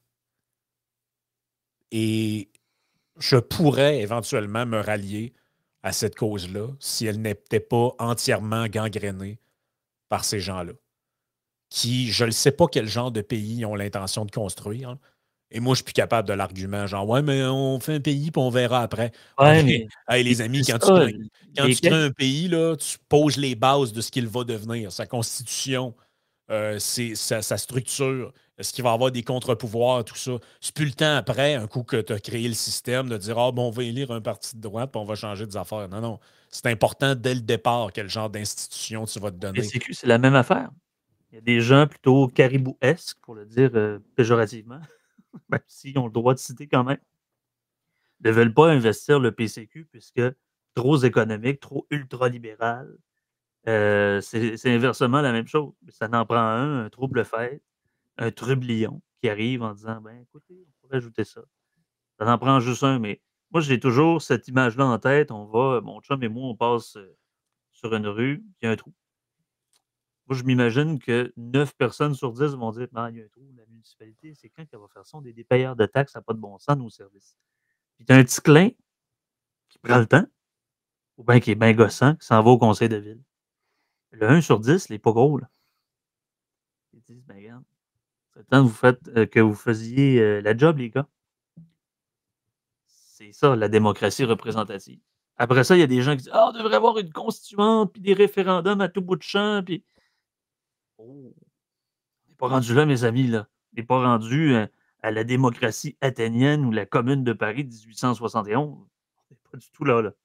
S1: Et je pourrais éventuellement me rallier à cette cause-là si elle n'était pas entièrement gangrénée par ces gens-là, qui, je ne sais pas quel genre de pays ils ont l'intention de construire. Et moi, je suis plus capable de l'argument, genre, ouais, mais on fait un pays puis on verra après.
S2: Ouais,
S1: OK.
S2: mais
S1: Hey, les amis,
S2: c'est
S1: quand tu
S2: ça.
S1: crées, quand
S2: Les
S1: tu crées
S2: quelques-
S1: un pays, là, tu poses les bases de ce qu'il va devenir, sa constitution, euh, c'est, sa, sa structure, est-ce qu'il va y avoir des contre-pouvoirs, tout ça. C'est plus le temps après, un coup que tu as créé le système, de dire, ah, bon, on va élire un parti de droite puis on va changer des affaires. Non, non. C'est important dès le départ quel genre d'institution tu vas te donner.
S2: P C Q, c'est la même affaire. Il y a des gens plutôt caribouesques, pour le dire euh, péjorativement, même s'ils ont le droit de citer quand même, ne veulent pas investir le P C Q puisque trop économique, trop ultra-libéral. Euh, c'est c'est inversement la même chose. Ça n'en prend un, un trouble-fête, un trublion qui arrive en disant ben écoutez, on pourrait ajouter ça. Ça en prend juste un, mais moi j'ai toujours cette image-là en tête. On va, mon chum et moi, on passe euh, sur une rue, il y a un trou. Moi, je m'imagine que neuf personnes sur dix vont dire ah, il y a un trou, la municipalité, c'est quand qu'elle va faire ça? On est des payeurs de taxes, ça n'a pas de bon sens, nos services. Puis tu as un petit clin qui prend le temps, ou bien qui est bien gossant, qui s'en va au conseil de ville. Le un sur dix, il n'est pas gros, là. Ils disent ben regarde, c'est temps que vous, faites, euh, que vous faisiez euh, la job, les gars. C'est ça, la démocratie représentative. Après ça, il y a des gens qui disent ah, on devrait avoir une constituante, puis des référendums à tout bout de champ, puis. Oh, on n'est pas rendu là, mes amis, là. On n'est pas rendu euh, à la démocratie athénienne ou la Commune de Paris de dix-huit cent soixante et onze. On n'est pas du tout là, là.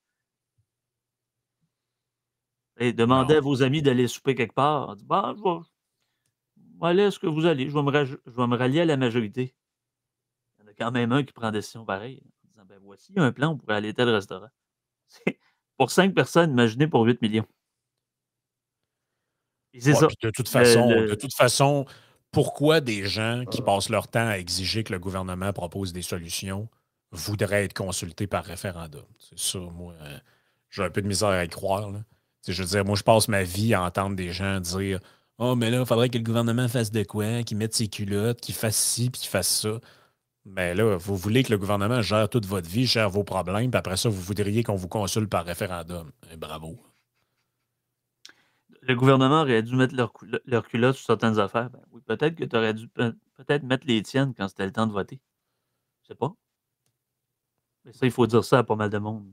S2: Et demandez
S1: Non.
S2: à vos amis d'aller souper quelque part. On dit, bah, je vais, je vais aller à ce que vous allez. Je vais, me raj- je vais me rallier à la majorité. Il y en a quand même un qui prend décision pareille. En disant, ben voici un plan, on pourrait aller à tel restaurant. Pour cinq personnes, imaginez pour huit millions. Et c'est
S1: Ouais,
S2: ça.
S1: puis de toute
S2: Le,
S1: façon, de
S2: le-
S1: toute façon, pourquoi des gens qui passent leur temps à exiger que le gouvernement propose des solutions voudraient être consultés par référendum? C'est ça, moi, euh, j'ai un peu de misère à y croire. Là. Tu sais, je veux dire, moi, je passe ma vie à entendre des gens dire oh, mais là, il faudrait que le gouvernement fasse de quoi, qu'il mette ses culottes, qu'il fasse ci, puis qu'il fasse ça. Mais là, vous voulez que le gouvernement gère toute votre vie, gère vos problèmes, puis après ça, vous voudriez qu'on vous consulte par référendum. Eh, bravo.
S2: Le gouvernement aurait dû mettre leur, cul- leur culotte sur certaines affaires. Ben oui, peut-être que tu aurais dû pe- peut-être mettre les tiennes quand c'était le temps de voter. Je sais pas. Mais ça, il faut dire ça à pas mal de monde.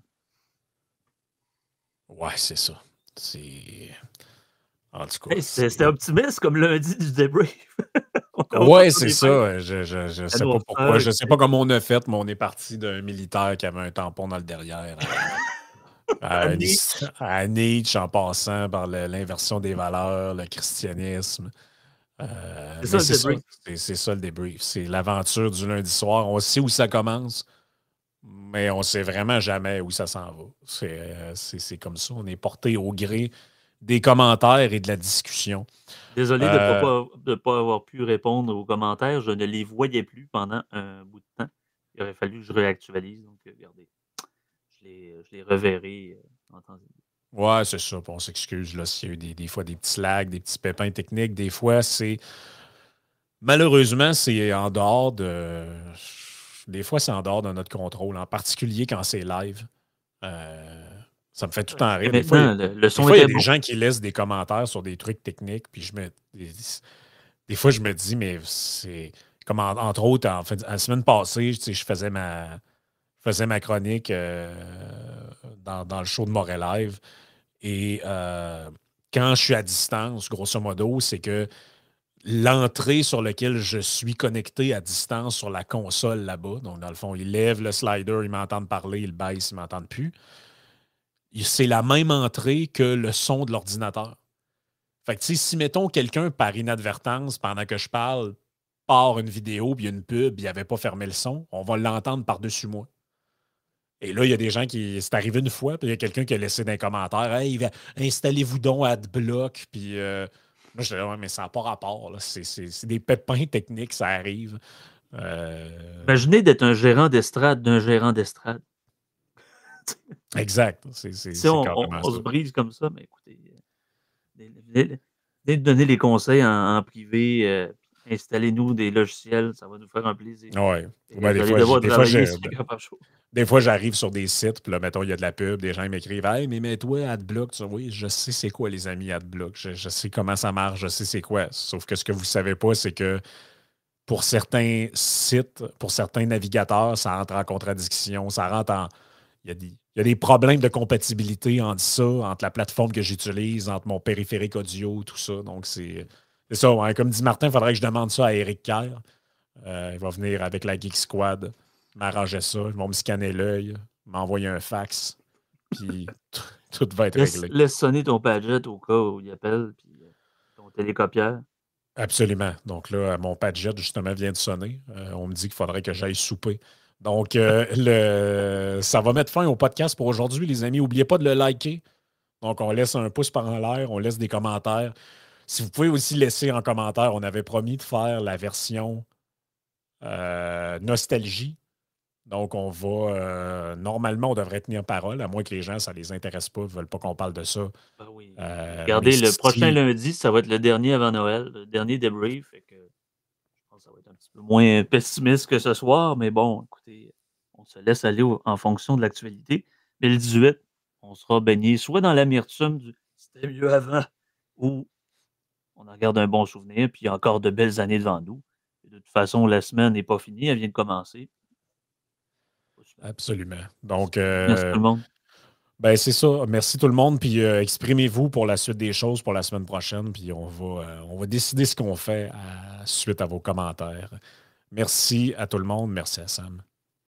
S1: Ouais, c'est ça. C'est. En tout cas,
S2: Hey, c'était c'était
S1: c'est.
S2: optimiste comme lundi du débrief. On commence
S1: Ouais,
S2: sur
S1: c'est
S2: des fêtes
S1: ça. Je, je, je
S2: à
S1: sais
S2: nous
S1: pas pourquoi.
S2: refaire.
S1: Je sais pas comment on a fait, mais on est parti d'un militaire qui avait un tampon dans le derrière. À,
S2: À
S1: à,
S2: Nietzsche.
S1: à Nietzsche, en passant par le- l'inversion des valeurs, le christianisme. Euh,
S2: C'est ça
S1: mais
S2: le
S1: c'est ça.
S2: débrief.
S1: C'est c'est ça le débrief. C'est l'aventure du lundi soir. On sait où ça commence, mais on sait vraiment jamais où ça s'en va. C'est euh, c'est- c'est comme ça. On est porté au gré des commentaires et de la discussion.
S2: Désolé de ne
S1: Euh,
S2: pas, de pas avoir pu répondre aux commentaires. Je ne les voyais plus pendant un bout de temps. Il aurait fallu que je réactualise. Donc, euh, regardez, je les, je les reverrai euh, en temps et lieu.
S1: ouais, c'est ça. Puis on s'excuse là, s'il y a eu des, des fois des petits lags, des petits pépins techniques. Des fois, c'est. Malheureusement, c'est en dehors de. Des fois, c'est en dehors de notre contrôle, en particulier quand c'est live. Euh, ça me fait tout le
S2: Ouais.
S1: temps
S2: Et
S1: rire. Des fois, il y a,
S2: maintenant, le, le
S1: des
S2: son
S1: fois, il y a
S2: était
S1: des
S2: bon.
S1: gens qui laissent des commentaires sur des trucs techniques, puis je me. Des, des fois, je me dis, mais c'est. Comme en- entre autres, en fait, la semaine passée, tu sais, je faisais ma, je faisais ma chronique euh, dans, dans le show de Montréal Live. Et euh, quand je suis à distance, grosso modo, c'est que l'entrée sur laquelle je suis connecté à distance sur la console là-bas, donc dans le fond, il lève le slider, ils m'entendent parler, il baisse, ils ne m'entendent plus. C'est la même entrée que le son de l'ordinateur. Fait que, tu sais, si, mettons, quelqu'un, par inadvertance, pendant que je parle, part une vidéo, puis une pub, il n'avait pas fermé le son, on va l'entendre par-dessus moi. Et là, il y a des gens qui. C'est arrivé une fois, puis il y a quelqu'un qui a laissé dans les commentaires Hey, va- installez-vous donc AdBlock. Puis euh, moi, je disais Ouais, mais ça n'a pas rapport. là. C'est c'est- c'est des pépins techniques, ça arrive. Euh,
S2: Imaginez d'être un gérant d'estrade d'un gérant d'estrade.
S1: exact. C'est c'est-
S2: Si
S1: c'est
S2: on, on-
S1: carrément
S2: on
S1: ça.
S2: se brise comme ça, mais écoutez, euh, venez, venez- venez nous donner les conseils en, en privé. Euh, installez-nous des logiciels, ça va nous faire un plaisir.
S1: Ouais.
S2: Et
S1: Ouais,
S2: vous
S1: des
S2: allez
S1: fois, j-
S2: devoir
S1: des fois,
S2: travailler
S1: je-
S2: sur Grappa Show.
S1: des fois, j'arrive sur des sites, puis là, mettons, il y a de la pub, des gens ils m'écrivent Hey, mais mets-toi AdBlock. Tu vois, oui, je sais c'est quoi, les amis AdBlock. Je, je sais comment ça marche, je sais c'est quoi. Sauf que ce que vous ne savez pas, c'est que pour certains sites, pour certains navigateurs, ça entre en contradiction, ça rentre en. Il y a des, il y a des problèmes de compatibilité entre ça, entre la plateforme que j'utilise, entre mon périphérique audio, tout ça. Donc, c'est c'est ça. Ouais. Comme dit Martin, il faudrait que je demande ça à Eric Kerr. Euh, il va venir avec la Geek Squad, m'arranger ça, ils vont me scanner l'œil, m'envoyer un fax, puis t- tout va être
S2: Laisse,
S1: réglé.
S2: laisse sonner ton Padgett au cas où il appelle, puis euh, ton télécopieur.
S1: Absolument. Donc là, mon Padgett, justement, vient de sonner. Euh, on me dit qu'il faudrait que j'aille souper. Donc, euh, le... ça va mettre fin au podcast pour aujourd'hui, les amis. N'oubliez pas de le liker. Donc, on laisse un pouce par en l'air, on laisse des commentaires. Si vous pouvez aussi laisser en commentaire, on avait promis de faire la version euh, nostalgie. Donc, on va. euh, normalement, on devrait tenir parole, à moins que les gens, ça ne les intéresse pas, ne veulent pas qu'on parle de ça.
S2: Ben oui.
S1: Euh, mais
S2: Regardez, le prochain
S1: si.
S2: lundi, ça va être le dernier avant Noël, le dernier débrief. Fait que je pense que ça va être un petit peu moins pessimiste que ce soir, mais bon, écoutez, on se laisse aller au- en fonction de l'actualité. Mais le dix-huit, on sera baigné soit dans l'amertume du c'était mieux avant, ou on en garde un bon souvenir, puis il y a encore de belles années devant nous. Et de toute façon, la semaine n'est pas finie, elle vient de commencer.
S1: Absolument. Donc,
S2: Merci tout
S1: euh,
S2: le monde.
S1: ben c'est ça. Merci tout le monde. Puis euh, exprimez-vous pour la suite des choses pour la semaine prochaine. Puis on va, euh, on va décider ce qu'on fait à- suite à vos commentaires. Merci à tout le monde. Merci à Sam.